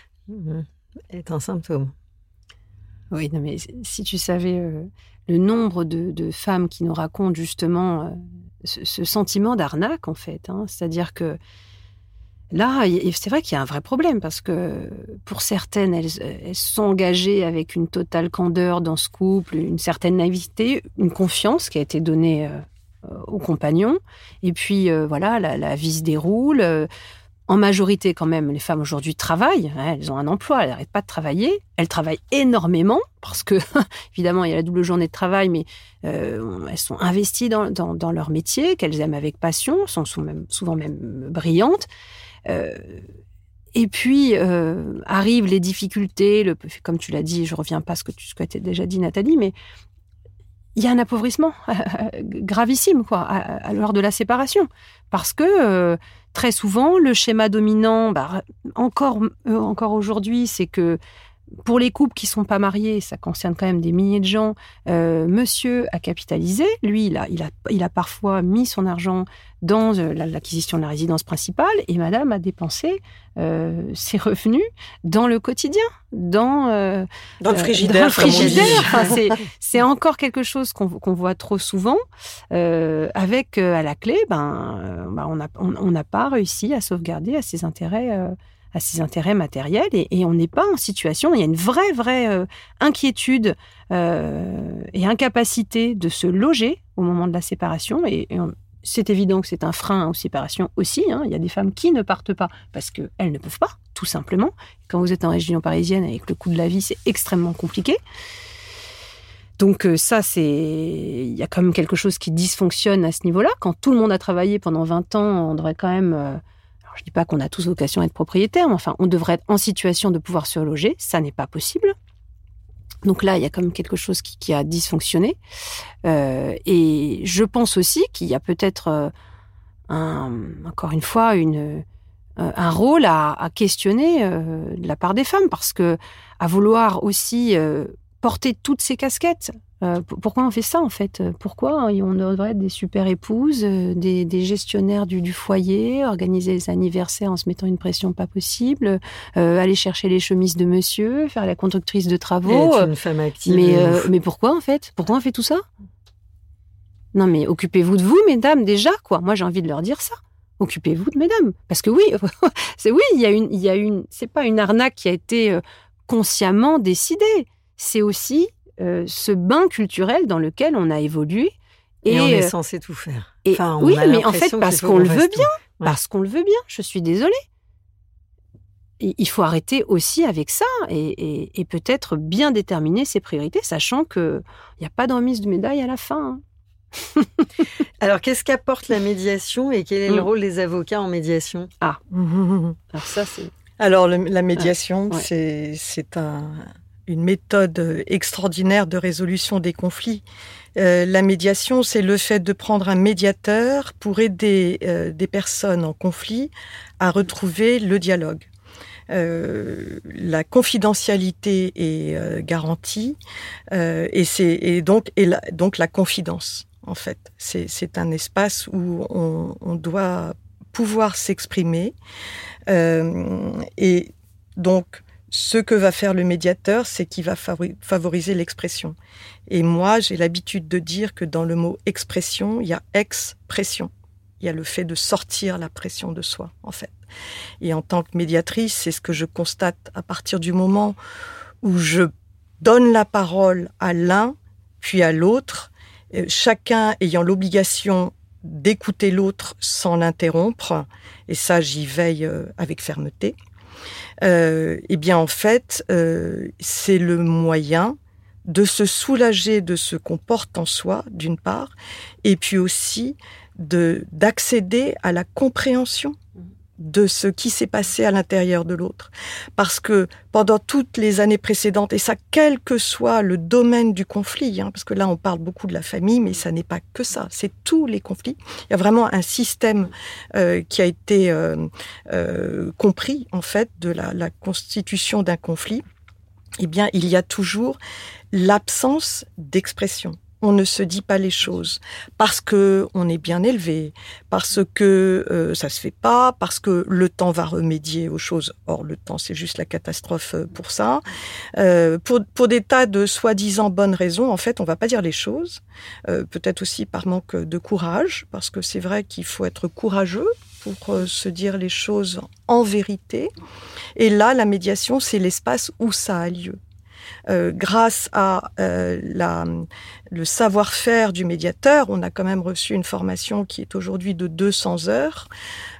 est un symptôme. Oui, non mais si tu savais euh, le nombre de, de femmes qui nous racontent justement euh, ce, ce sentiment d'arnaque en fait, hein, c'est-à-dire que là, c'est vrai qu'il y a un vrai problème parce que pour certaines, elles, elles sont engagées avec une totale candeur dans ce couple, une certaine naïveté, une confiance qui a été donnée euh, aux compagnons. Et puis, euh, voilà, la, la vie se déroule. Euh, en majorité, quand même, les femmes aujourd'hui travaillent. Hein, elles ont un emploi, elles n'arrêtent pas de travailler. Elles travaillent énormément parce que, évidemment, il y a la double journée de travail, mais euh, elles sont investies dans, dans, dans leur métier, qu'elles aiment avec passion, sont, sont même, souvent même brillantes. Euh, et puis euh, arrivent les difficultés, le, comme tu l'as dit, je reviens pas à ce que tu ce que tu as déjà dit Nathalie, mais il y a un appauvrissement gravissime quoi, à, à l'heure de la séparation, parce que euh, très souvent le schéma dominant, bah, encore euh, encore aujourd'hui, c'est que pour les couples qui sont pas mariés, ça concerne quand même des milliers de gens. Euh, monsieur a capitalisé, lui, il a, il a, il a parfois mis son argent dans euh, l'acquisition de la résidence principale, et Madame a dépensé euh, ses revenus dans le quotidien, dans euh, dans le frigidaire. Dans le frigidaire. Enfin, c'est, c'est encore quelque chose qu'on, qu'on voit trop souvent. Euh, avec euh, à la clé, ben, euh, ben on n'a on, on n'a pas réussi à sauvegarder à ses intérêts. Euh, à ses intérêts matériels et, et on n'est pas en situation, il y a une vraie, vraie euh, inquiétude euh, et incapacité de se loger au moment de la séparation et, et on, c'est évident que c'est un frein aux séparations aussi, hein. Il y a des femmes qui ne partent pas parce qu'elles ne peuvent pas, tout simplement. Quand vous êtes en région parisienne avec le coût de la vie, c'est extrêmement compliqué. Donc euh, ça, c'est, il y a quand même quelque chose qui dysfonctionne à ce niveau-là. Quand tout le monde a travaillé pendant vingt ans, on devrait quand même... Euh... Alors, je dis pas qu'on a tous vocation à être propriétaire, mais enfin, on devrait être en situation de pouvoir se loger. Ça n'est pas possible. Donc là, il y a quand même quelque chose qui, qui a dysfonctionné. Euh, et je pense aussi qu'il y a peut-être, euh, un, encore une fois, une, euh, un rôle à, à questionner euh, de la part des femmes, parce que à vouloir aussi euh, porter toutes ces casquettes, euh, pourquoi on fait ça en fait ? Pourquoi on devrait être des super épouses, euh, des, des gestionnaires du, du foyer, organiser les anniversaires en se mettant une pression pas possible, euh, aller chercher les chemises de monsieur, faire la conductrice de travaux. Et être une femme active. Mais, euh, mais pourquoi en fait ? Pourquoi on fait tout ça ? Non mais occupez-vous de vous, mesdames, déjà quoi. Moi j'ai envie de leur dire ça. Occupez-vous de mesdames, parce que oui, c'est oui, il y a une, il y a une, c'est pas une arnaque qui a été euh, consciemment décidée. C'est aussi euh, ce bain culturel dans lequel on a évolué. Et, et on est euh, censé tout faire. Et enfin, oui, mais en fait, parce qu'on le veut bien. Ouais. Parce qu'on le veut bien. Je suis désolée. Et il faut arrêter aussi avec ça et, et, et peut-être bien déterminer ses priorités, sachant qu'il n'y a pas de remise de médaille à la fin. Hein. Alors, qu'est-ce qu'apporte la médiation et quel est mmh. le rôle des avocats en médiation ? Ah, alors ça, c'est... Alors, le, la médiation, ouais. c'est, c'est un... une méthode extraordinaire de résolution des conflits. Euh, la médiation, c'est le fait de prendre un médiateur pour aider euh, des personnes en conflit à retrouver le dialogue. Euh, la confidentialité est euh, garantie euh, et c'est et donc et la, donc la confidence en fait. C'est c'est un espace où on, on doit pouvoir s'exprimer euh, et donc ce que va faire le médiateur, c'est qu'il va favoriser l'expression. Et moi, j'ai l'habitude de dire que dans le mot expression, il y a expression. Il y a le fait de sortir la pression de soi, en fait. Et en tant que médiatrice, c'est ce que je constate à partir du moment où je donne la parole à l'un, puis à l'autre, chacun ayant l'obligation d'écouter l'autre sans l'interrompre. Et ça, j'y veille avec fermeté. Euh, eh bien, en fait, euh, c'est le moyen de se soulager de ce qu'on porte en soi, d'une part, et puis aussi de d'accéder à la compréhension de ce qui s'est passé à l'intérieur de l'autre. Parce que pendant toutes les années précédentes, et ça, quel que soit le domaine du conflit, hein, parce que là, on parle beaucoup de la famille, mais ça n'est pas que ça, c'est tous les conflits. Il y a vraiment un système euh, qui a été euh, euh, compris, en fait, de la, la constitution d'un conflit. Eh bien, il y a toujours l'absence d'expression. On ne se dit pas les choses parce que on est bien élevé, parce que euh, ça se fait pas, parce que le temps va remédier aux choses. Or, le temps, c'est juste la catastrophe pour ça. Euh, pour, pour des tas de soi-disant bonnes raisons, en fait, on va pas dire les choses. Euh, peut-être aussi par manque de courage, parce que c'est vrai qu'il faut être courageux pour euh, se dire les choses en vérité. Et là, la médiation, c'est l'espace où ça a lieu. Euh, grâce à euh, la, le savoir-faire du médiateur, on a quand même reçu une formation qui est aujourd'hui de deux cents heures.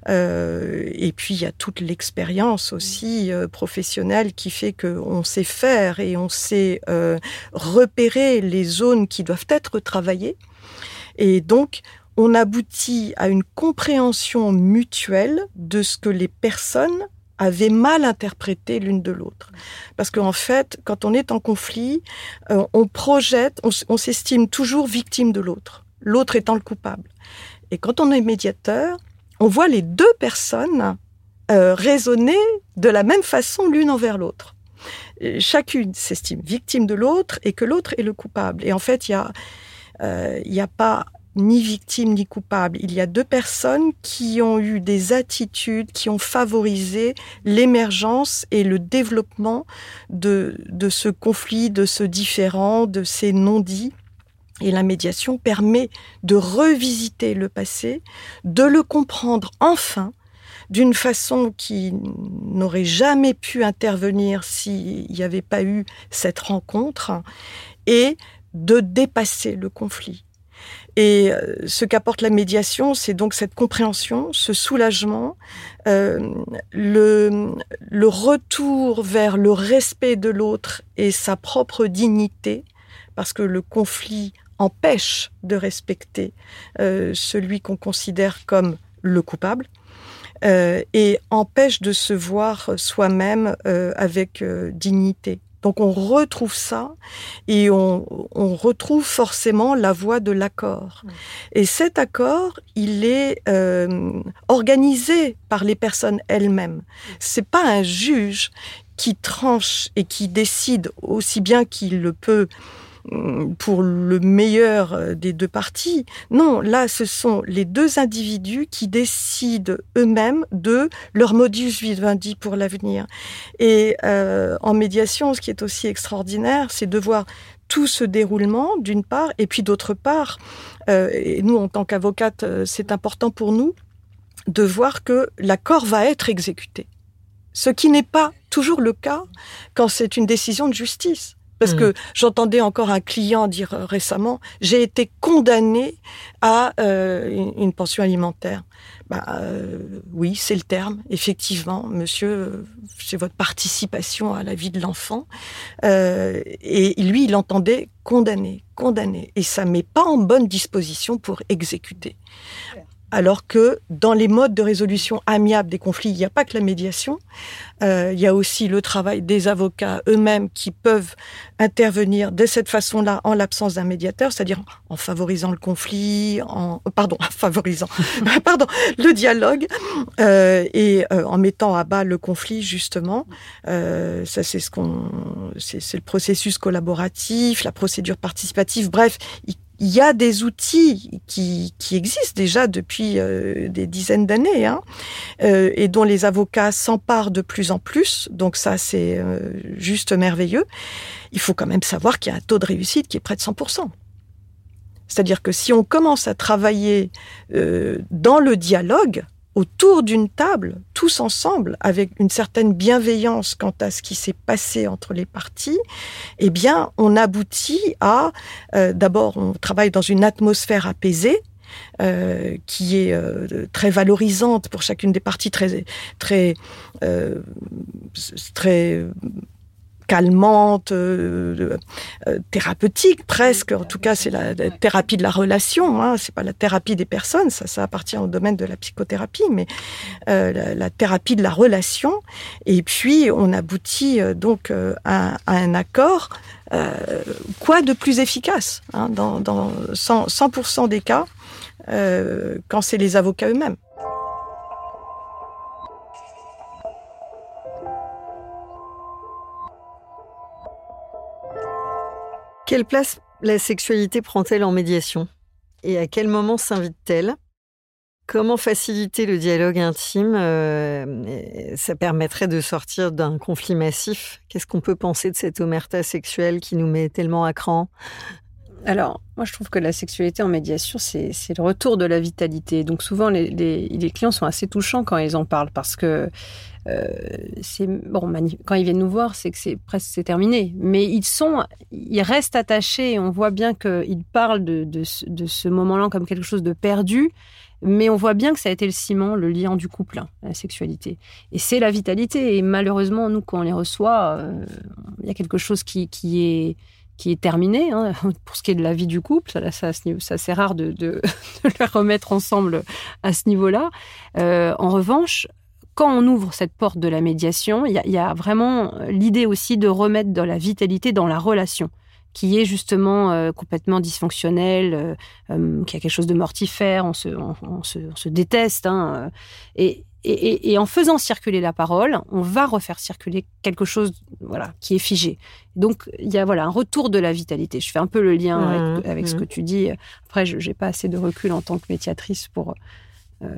Euh, et puis, il y a toute l'expérience aussi euh, professionnelle qui fait qu'on sait faire et on sait euh, repérer les zones qui doivent être travaillées. Et donc, on aboutit à une compréhension mutuelle de ce que les personnes avaient mal interprété l'une de l'autre. Parce qu'en fait, quand on est en conflit, euh, on projette, on, on s'estime toujours victime de l'autre, l'autre étant le coupable. Et quand on est médiateur, on voit les deux personnes euh, raisonner de la même façon l'une envers l'autre. Et chacune s'estime victime de l'autre et que l'autre est le coupable. Et en fait, il y a, euh, il y a pas ni victime ni coupable. Il y a deux personnes qui ont eu des attitudes qui ont favorisé l'émergence et le développement de, de ce conflit, de ce différend, de ces non-dits. Et la médiation permet de revisiter le passé, de le comprendre enfin, d'une façon qui n'aurait jamais pu intervenir s'il n'y avait pas eu cette rencontre, et de dépasser le conflit. Et ce qu'apporte la médiation, c'est donc cette compréhension, ce soulagement, euh, le, le retour vers le respect de l'autre et sa propre dignité, parce que le conflit empêche de respecter euh, celui qu'on considère comme le coupable euh, et empêche de se voir soi-même euh, avec euh, dignité. Donc on retrouve ça et on, on retrouve forcément la voie de l'accord. Mmh. Et cet accord, il est euh, organisé par les personnes elles-mêmes. C'est pas un juge qui tranche et qui décide aussi bien qu'il le peut pour le meilleur des deux parties. Non, là, ce sont les deux individus qui décident eux-mêmes de leur modus vivendi pour l'avenir. Et euh, en médiation, ce qui est aussi extraordinaire, c'est de voir tout ce déroulement, d'une part, et puis d'autre part, euh, et nous, en tant qu'avocates, c'est important pour nous de voir que l'accord va être exécuté. Ce qui n'est pas toujours le cas quand c'est une décision de justice. Parce mmh. que j'entendais encore un client dire récemment « j'ai été condamné à euh, une, une pension alimentaire ». Bah, euh, oui, c'est le terme, effectivement, monsieur, c'est votre participation à la vie de l'enfant. Euh, et lui, il entendait condamné, condamné. Et ça ne met pas en bonne disposition pour exécuter. Alors que dans les modes de résolution amiable des conflits, il n'y a pas que la médiation, euh, il y a aussi le travail des avocats eux-mêmes qui peuvent intervenir de cette façon-là en l'absence d'un médiateur, c'est-à-dire en favorisant le conflit, en pardon, en favorisant pardon, le dialogue euh, et euh, en mettant à bas le conflit justement. Euh, ça c'est ce qu'on, c'est, c'est le processus collaboratif, la procédure participative. Bref, il Il y a des outils qui, qui existent déjà depuis euh, des dizaines d'années hein, euh, et dont les avocats s'emparent de plus en plus. Donc ça, c'est euh, juste merveilleux. Il faut quand même savoir qu'il y a un taux de réussite qui est près de cent pour cent. C'est-à-dire que si on commence à travailler euh, dans le dialogue, autour d'une table, tous ensemble, avec une certaine bienveillance quant à ce qui s'est passé entre les parties, eh bien, on aboutit à... Euh, d'abord, on travaille dans une atmosphère apaisée, euh, qui est euh, très valorisante pour chacune des parties, très... très, euh, très calmante, euh, euh, thérapeutique presque. En tout cas, c'est la, la thérapie de la relation. Hein. C'est pas la thérapie des personnes, ça, ça appartient au domaine de la psychothérapie, mais euh, la, la thérapie de la relation. Et puis, on aboutit euh, donc euh, à, à un accord. Euh, quoi de plus efficace hein, dans, dans cent pour cent des cas euh, quand c'est les avocats eux-mêmes. Quelle place la sexualité prend-elle en médiation ? Et à quel moment s'invite-t-elle ? Comment faciliter le dialogue intime ? euh, Ça permettrait de sortir d'un conflit massif. Qu'est-ce qu'on peut penser de cette omerta sexuelle qui nous met tellement à cran ? Alors, moi, je trouve que la sexualité en médiation, c'est, c'est le retour de la vitalité. Donc, souvent, les, les, les clients sont assez touchants quand ils en parlent parce que euh, c'est bon. Mani- quand ils viennent nous voir, c'est que c'est presque c'est terminé. Mais ils sont, ils restent attachés. Et on voit bien qu'ils parlent de, de, de ce moment-là comme quelque chose de perdu. Mais on voit bien que ça a été le ciment, le liant du couple, hein, la sexualité. Et c'est la vitalité. Et malheureusement, nous, quand on les reçoit, il euh, y a quelque chose qui, qui est qui est terminé, hein, pour ce qui est de la vie du couple. Ça, ça, ça c'est rare de, de, de les remettre ensemble à ce niveau-là. Euh, en revanche, quand on ouvre cette porte de la médiation, il y a, y a vraiment l'idée aussi de remettre de la vitalité dans la relation, qui est justement euh, complètement dysfonctionnelle, euh, euh, qui a quelque chose de mortifère, on se, on, on se, on se déteste. Hein, et, et, et en faisant circuler la parole, on va refaire circuler quelque chose voilà, qui est figé. Donc, il y a voilà, un retour de la vitalité. Je fais un peu le lien mmh, avec, avec mmh. ce que tu dis. Après, je n'ai pas assez de recul en tant que médiatrice pour, euh,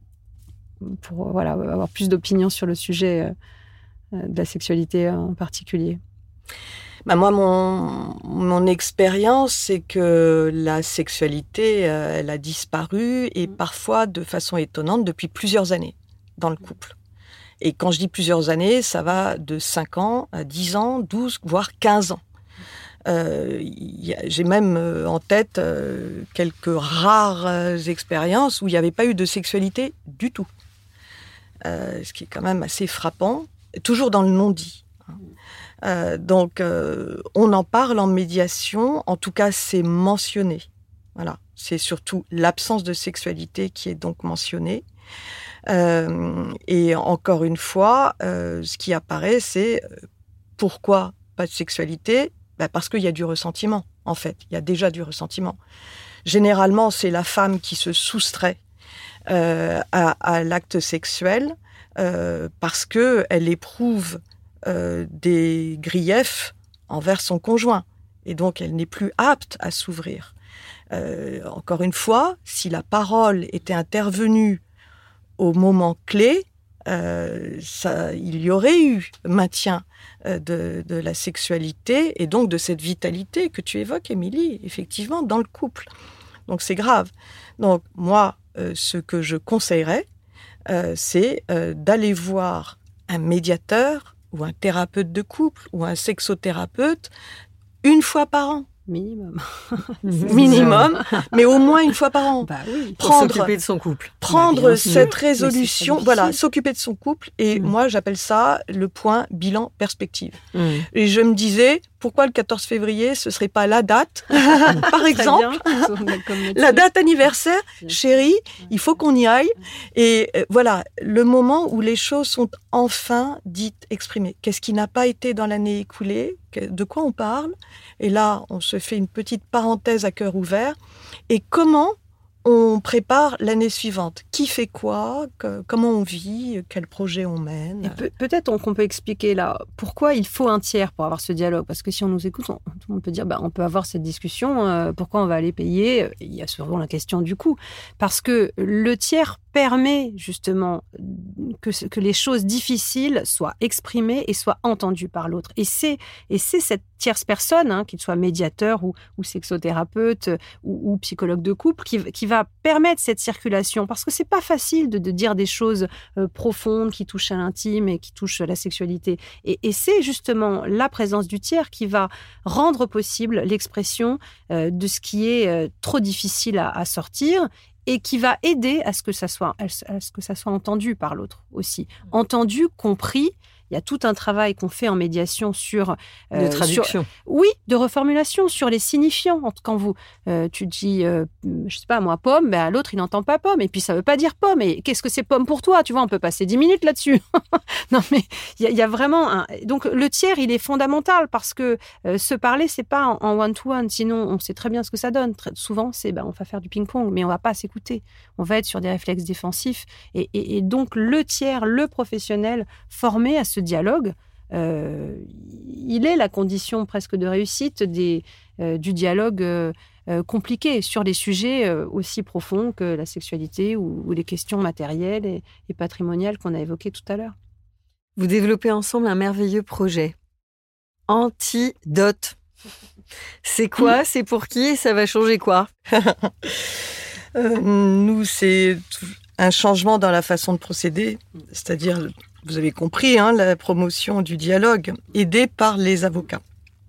pour voilà, avoir plus d'opinion sur le sujet euh, de la sexualité en particulier. Bah moi, mon, mon expérience, c'est que la sexualité, euh, elle a disparu et parfois de façon étonnante depuis plusieurs années dans le couple. Et quand je dis plusieurs années, ça va de cinq ans à dix ans, douze, voire quinze ans. Euh, y a, j'ai même euh, en tête euh, quelques rares euh, expériences où il n'y avait pas eu de sexualité du tout. Euh, ce qui est quand même assez frappant, toujours dans le non-dit. Euh, donc, euh, on en parle en médiation. En tout cas, c'est mentionné. Voilà. C'est surtout l'absence de sexualité qui est donc mentionnée. Euh, et encore une fois, euh, ce qui apparaît, c'est euh, pourquoi pas de sexualité ? Ben parce qu'il y a du ressentiment, en fait. Il y a déjà du ressentiment. Généralement, c'est la femme qui se soustrait euh, à, à l'acte sexuel euh, parce qu'elle éprouve euh, des griefs envers son conjoint. Et donc, elle n'est plus apte à s'ouvrir. Euh, encore une fois, si la parole était intervenue au moment clé, euh, ça, il y aurait eu maintien euh, de, de la sexualité et donc de cette vitalité que tu évoques, Émilie, effectivement, dans le couple. Donc c'est grave. Donc moi, euh, ce que je conseillerais, euh, c'est euh, d'aller voir un médiateur ou un thérapeute de couple ou un sexothérapeute une fois par an. Minimum. Minimum, mais au moins une fois par an. Bah oui. Prendre, Pour s'occuper de son couple. Prendre Bah, cette résolution, voilà, difficile. s'occuper de son couple. Et Mm. moi, j'appelle ça le point bilan perspective. Mmh. Et je me disais, pourquoi le quatorze février, ce serait pas la date, par exemple, la date anniversaire, chérie, il faut qu'on y aille. Et euh, voilà, le moment où les choses sont enfin dites, exprimées. Qu'est-ce qui n'a pas été dans l'année écoulée ? Que- De quoi on parle ? Et là, on se fait une petite parenthèse à cœur ouvert. Et comment on prépare l'année suivante ? Qui fait quoi ? Que- Comment on vit ? Quel projet on mène ? Et peut- peut-être qu'on peut expliquer là pourquoi il faut un tiers pour avoir ce dialogue. Parce que si on nous écoute, on, tout le monde peut dire bah, on peut avoir cette discussion, euh, pourquoi on va aller payer ? Il y a souvent la question du coût. Parce que le tiers permet justement que, ce- que les choses difficiles soient exprimées et soient entendues par l'autre. Et c'est, et c'est cette tierce personne, hein, qu'il soit médiateur ou, ou sexothérapeute ou, ou psychologue de couple, qui, qui va permettre cette circulation. Parce que c'est pas facile de, de dire des choses euh, profondes qui touchent à l'intime et qui touchent à la sexualité. Et, et c'est justement la présence du tiers qui va rendre possible l'expression euh, de ce qui est euh, trop difficile à, à sortir et qui va aider à ce que ça soit, à ce que ça soit entendu par l'autre aussi. Entendu, compris. Il y a tout un travail qu'on fait en médiation sur... De traduction. Sur, oui, de reformulation sur les signifiants. Quand vous, euh, tu dis, euh, je sais pas moi, pomme, ben, l'autre, il n'entend pas pomme. Et puis, ça veut pas dire pomme. Et qu'est-ce que c'est pomme pour toi ? Tu vois, on peut passer dix minutes là-dessus. Non, mais il y, y a vraiment... Un... Donc, le tiers, il est fondamental parce que euh, se parler, c'est pas en, en one-to-one. Sinon, on sait très bien ce que ça donne. Très souvent, c'est, ben, on va faire du ping-pong, mais on va pas s'écouter. On va être sur des réflexes défensifs. Et, et, et donc, le tiers, le professionnel formé à ce dialogue, euh, il est la condition presque de réussite des, euh, du dialogue euh, euh, compliqué sur des sujets euh, aussi profonds que la sexualité ou, ou les questions matérielles et, et patrimoniales qu'on a évoquées tout à l'heure. Vous développez ensemble un merveilleux projet. Antidote. C'est quoi ? C'est pour qui ? Et ça va changer quoi ? euh, Nous, c'est un changement dans la façon de procéder, c'est-à-dire... Vous avez compris, hein, la promotion du dialogue, aidée par les avocats.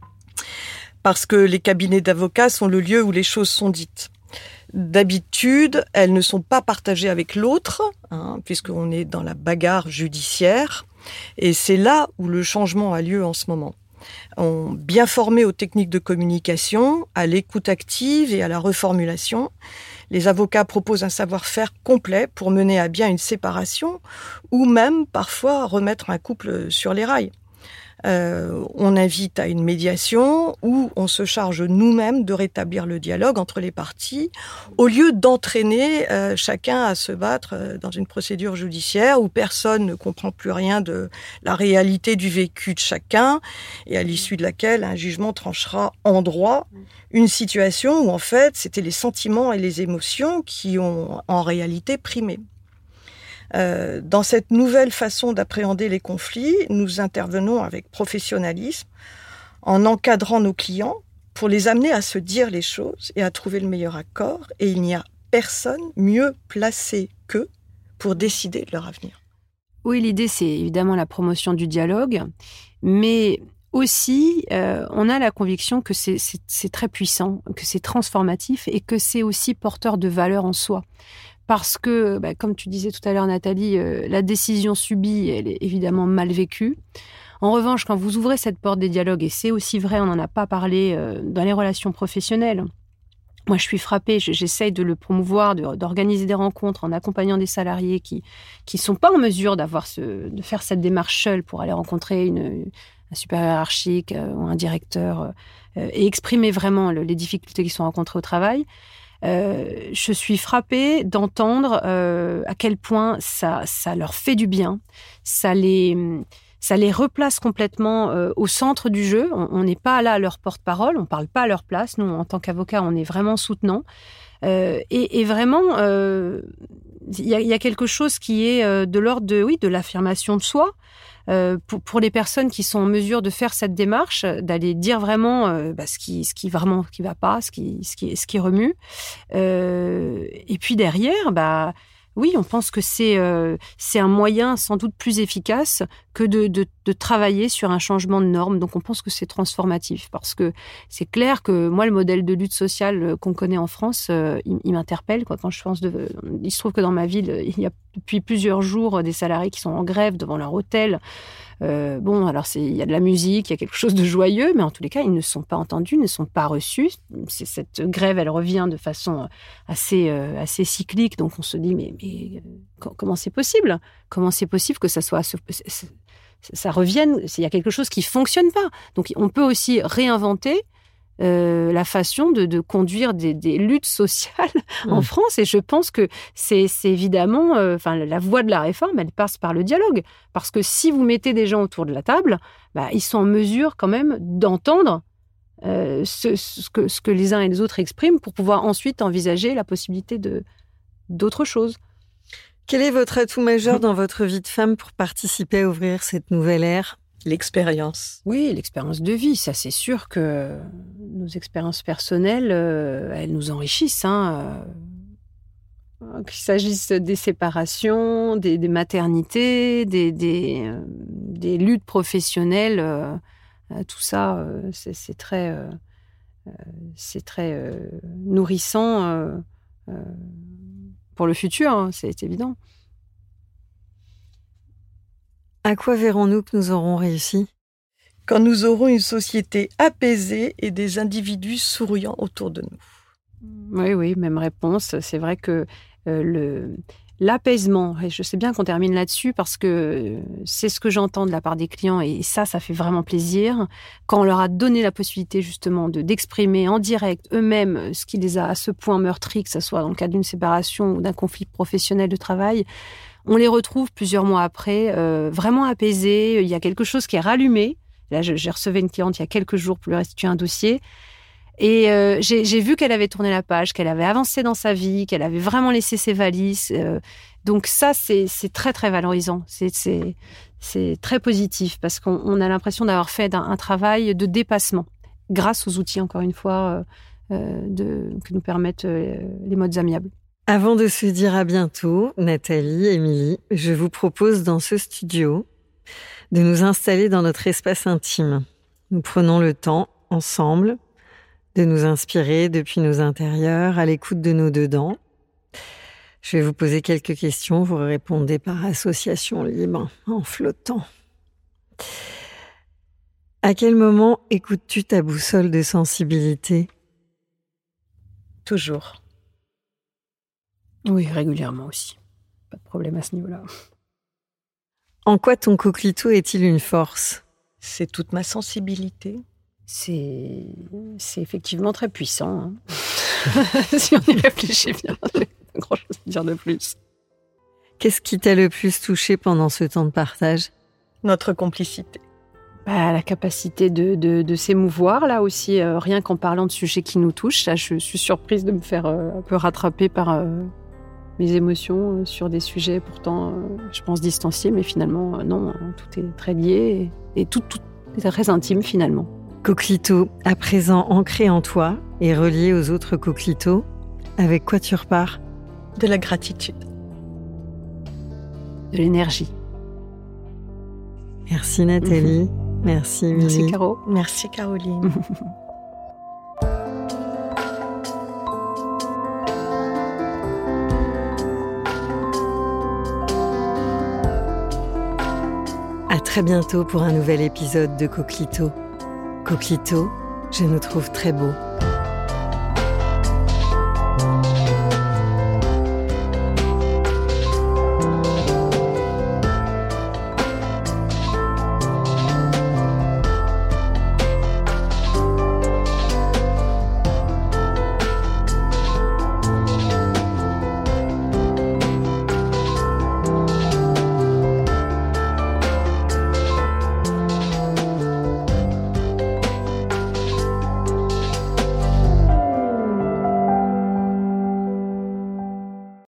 Parce que les cabinets d'avocats sont le lieu où les choses sont dites. D'habitude, elles ne sont pas partagées avec l'autre, hein, puisqu'on est dans la bagarre judiciaire. Et c'est là où le changement a lieu en ce moment. On, bien formés aux techniques de communication, à l'écoute active et à la reformulation, les avocats proposent un savoir-faire complet pour mener à bien une séparation ou même parfois remettre un couple sur les rails. Euh, on invite à une médiation où on se charge nous-mêmes de rétablir le dialogue entre les parties au lieu d'entraîner euh, chacun à se battre dans une procédure judiciaire où personne ne comprend plus rien de la réalité du vécu de chacun et à l'issue de laquelle un jugement tranchera en droit une situation où en fait c'était les sentiments et les émotions qui ont en réalité primé. Euh, dans cette nouvelle façon d'appréhender les conflits, nous intervenons avec professionnalisme en encadrant nos clients pour les amener à se dire les choses et à trouver le meilleur accord. Et il n'y a personne mieux placé qu'eux pour décider de leur avenir. Oui, l'idée, c'est évidemment la promotion du dialogue, mais aussi, euh, on a la conviction que c'est, c'est, c'est très puissant, que c'est transformatif et que c'est aussi porteur de valeur en soi. Parce que, bah, comme tu disais tout à l'heure, Nathalie, euh, la décision subie, elle est évidemment mal vécue. En revanche, quand vous ouvrez cette porte des dialogues, et c'est aussi vrai, on n'en a pas parlé euh, dans les relations professionnelles, moi, je suis frappée, j'essaye de le promouvoir, de, d'organiser des rencontres en accompagnant des salariés qui qui sont pas en mesure d'avoir ce, de faire cette démarche seule pour aller rencontrer une, un supérieur hiérarchique euh, ou un directeur euh, et exprimer vraiment le, les difficultés qui sont rencontrées au travail. Euh, je suis frappée d'entendre euh, à quel point ça, ça leur fait du bien, ça les... Ça les replace complètement euh, au centre du jeu. On n'est pas là à leur porte-parole, on ne parle pas à leur place. Nous, en tant qu'avocats, on est vraiment soutenants. Euh, et, et vraiment, il euh, y, y a quelque chose qui est euh, de l'ordre de, oui, de l'affirmation de soi. Euh, pour, pour les personnes qui sont en mesure de faire cette démarche, d'aller dire vraiment euh, bah, ce qui, ce qui vraiment qui va pas, ce qui, ce qui, ce qui remue. Euh, et puis derrière, bah oui, on pense que c'est euh, c'est un moyen sans doute plus efficace que de, de, de travailler sur un changement de normes. Donc, on pense que c'est transformatif parce que c'est clair que moi, le modèle de lutte sociale qu'on connaît en France, euh, il, il m'interpelle. Quoi. Quand je pense de, il se trouve que dans ma ville, il y a depuis plusieurs jours des salariés qui sont en grève devant leur hôtel. Euh, bon, alors c'est, il y a de la musique, il y a quelque chose de joyeux, mais en tous les cas, ils ne sont pas entendus, ne sont pas reçus. C'est, cette grève, elle revient de façon assez, euh, assez cyclique, donc on se dit, mais, mais comment c'est possible ? Comment c'est possible que ça soit, ça revienne ? Il y a quelque chose qui fonctionne pas. Donc on peut aussi réinventer Euh, la façon de, de conduire des, des luttes sociales mmh. en France. Et je pense que c'est, c'est évidemment... Euh, enfin, la voie de la réforme, elle passe par le dialogue. Parce que si vous mettez des gens autour de la table, bah, ils sont en mesure quand même d'entendre euh, ce, ce, que, ce que les uns et les autres expriment pour pouvoir ensuite envisager la possibilité de, d'autres choses. Quel est votre atout majeur dans votre vie de femme pour participer à ouvrir cette nouvelle ère ? L'expérience. Oui, l'expérience de vie, ça c'est sûr que nos expériences personnelles, euh, elles nous enrichissent. Hein, euh, qu'il s'agisse des séparations, des, des maternités, des, des, euh, des luttes professionnelles, euh, euh, tout ça, euh, c'est, c'est très, euh, c'est très euh, nourrissant euh, euh, pour le futur, hein, c'est évident. À quoi verrons-nous que nous aurons réussi ? Quand nous aurons une société apaisée et des individus souriants autour de nous. Oui, oui, même réponse. C'est vrai que euh, le, l'apaisement, et je sais bien qu'on termine là-dessus parce que c'est ce que j'entends de la part des clients et ça, ça fait vraiment plaisir. Quand on leur a donné la possibilité justement de, d'exprimer en direct eux-mêmes ce qui les a à ce point meurtris, que ce soit dans le cas d'une séparation ou d'un conflit professionnel de travail, on les retrouve plusieurs mois après, euh, vraiment apaisés. Il y a quelque chose qui est rallumé. Là, je, j'ai reçu une cliente il y a quelques jours pour lui restituer un dossier. Et euh, j'ai, j'ai vu qu'elle avait tourné la page, qu'elle avait avancé dans sa vie, qu'elle avait vraiment laissé ses valises. Euh, donc ça, c'est, c'est très, très valorisant. C'est, c'est, c'est très positif parce qu'on on a l'impression d'avoir fait un, un travail de dépassement grâce aux outils, encore une fois, euh, de, que nous permettent euh, les modes amiables. Avant de se dire à bientôt, Nathalie, Émilie, je vous propose dans ce studio de nous installer dans notre espace intime. Nous prenons le temps, ensemble, de nous inspirer depuis nos intérieurs, à l'écoute de nos dedans. Je vais vous poser quelques questions, vous répondez par association libre, en flottant. À quel moment écoutes-tu ta boussole de sensibilité ? Toujours. Oui, régulièrement aussi. Pas de problème à ce niveau-là. En quoi ton coquelicot est-il une force ? C'est toute ma sensibilité. C'est, c'est effectivement très puissant. Hein. Si on y réfléchit bien, il n'y a pas grand-chose à dire de plus. Qu'est-ce qui t'a le plus touché pendant ce temps de partage ? Notre complicité. Bah, la capacité de, de, de s'émouvoir, là aussi, euh, rien qu'en parlant de sujets qui nous touchent. Là, je suis surprise de me faire euh, un peu rattraper par euh, mes émotions euh, sur des sujets pourtant, euh, je pense, distanciés, mais finalement, euh, non, tout est très lié et, et tout, tout est très intime finalement. Coquelicot, à présent ancré en toi et relié aux autres coquelicots, avec quoi tu repars ? De la gratitude. De l'énergie. Merci Nathalie. Mmh. Merci Émilie. Merci Caro. Merci Caroline. À très bientôt pour un nouvel épisode de Coquelicot. Coquelicot, je nous trouve très beaux.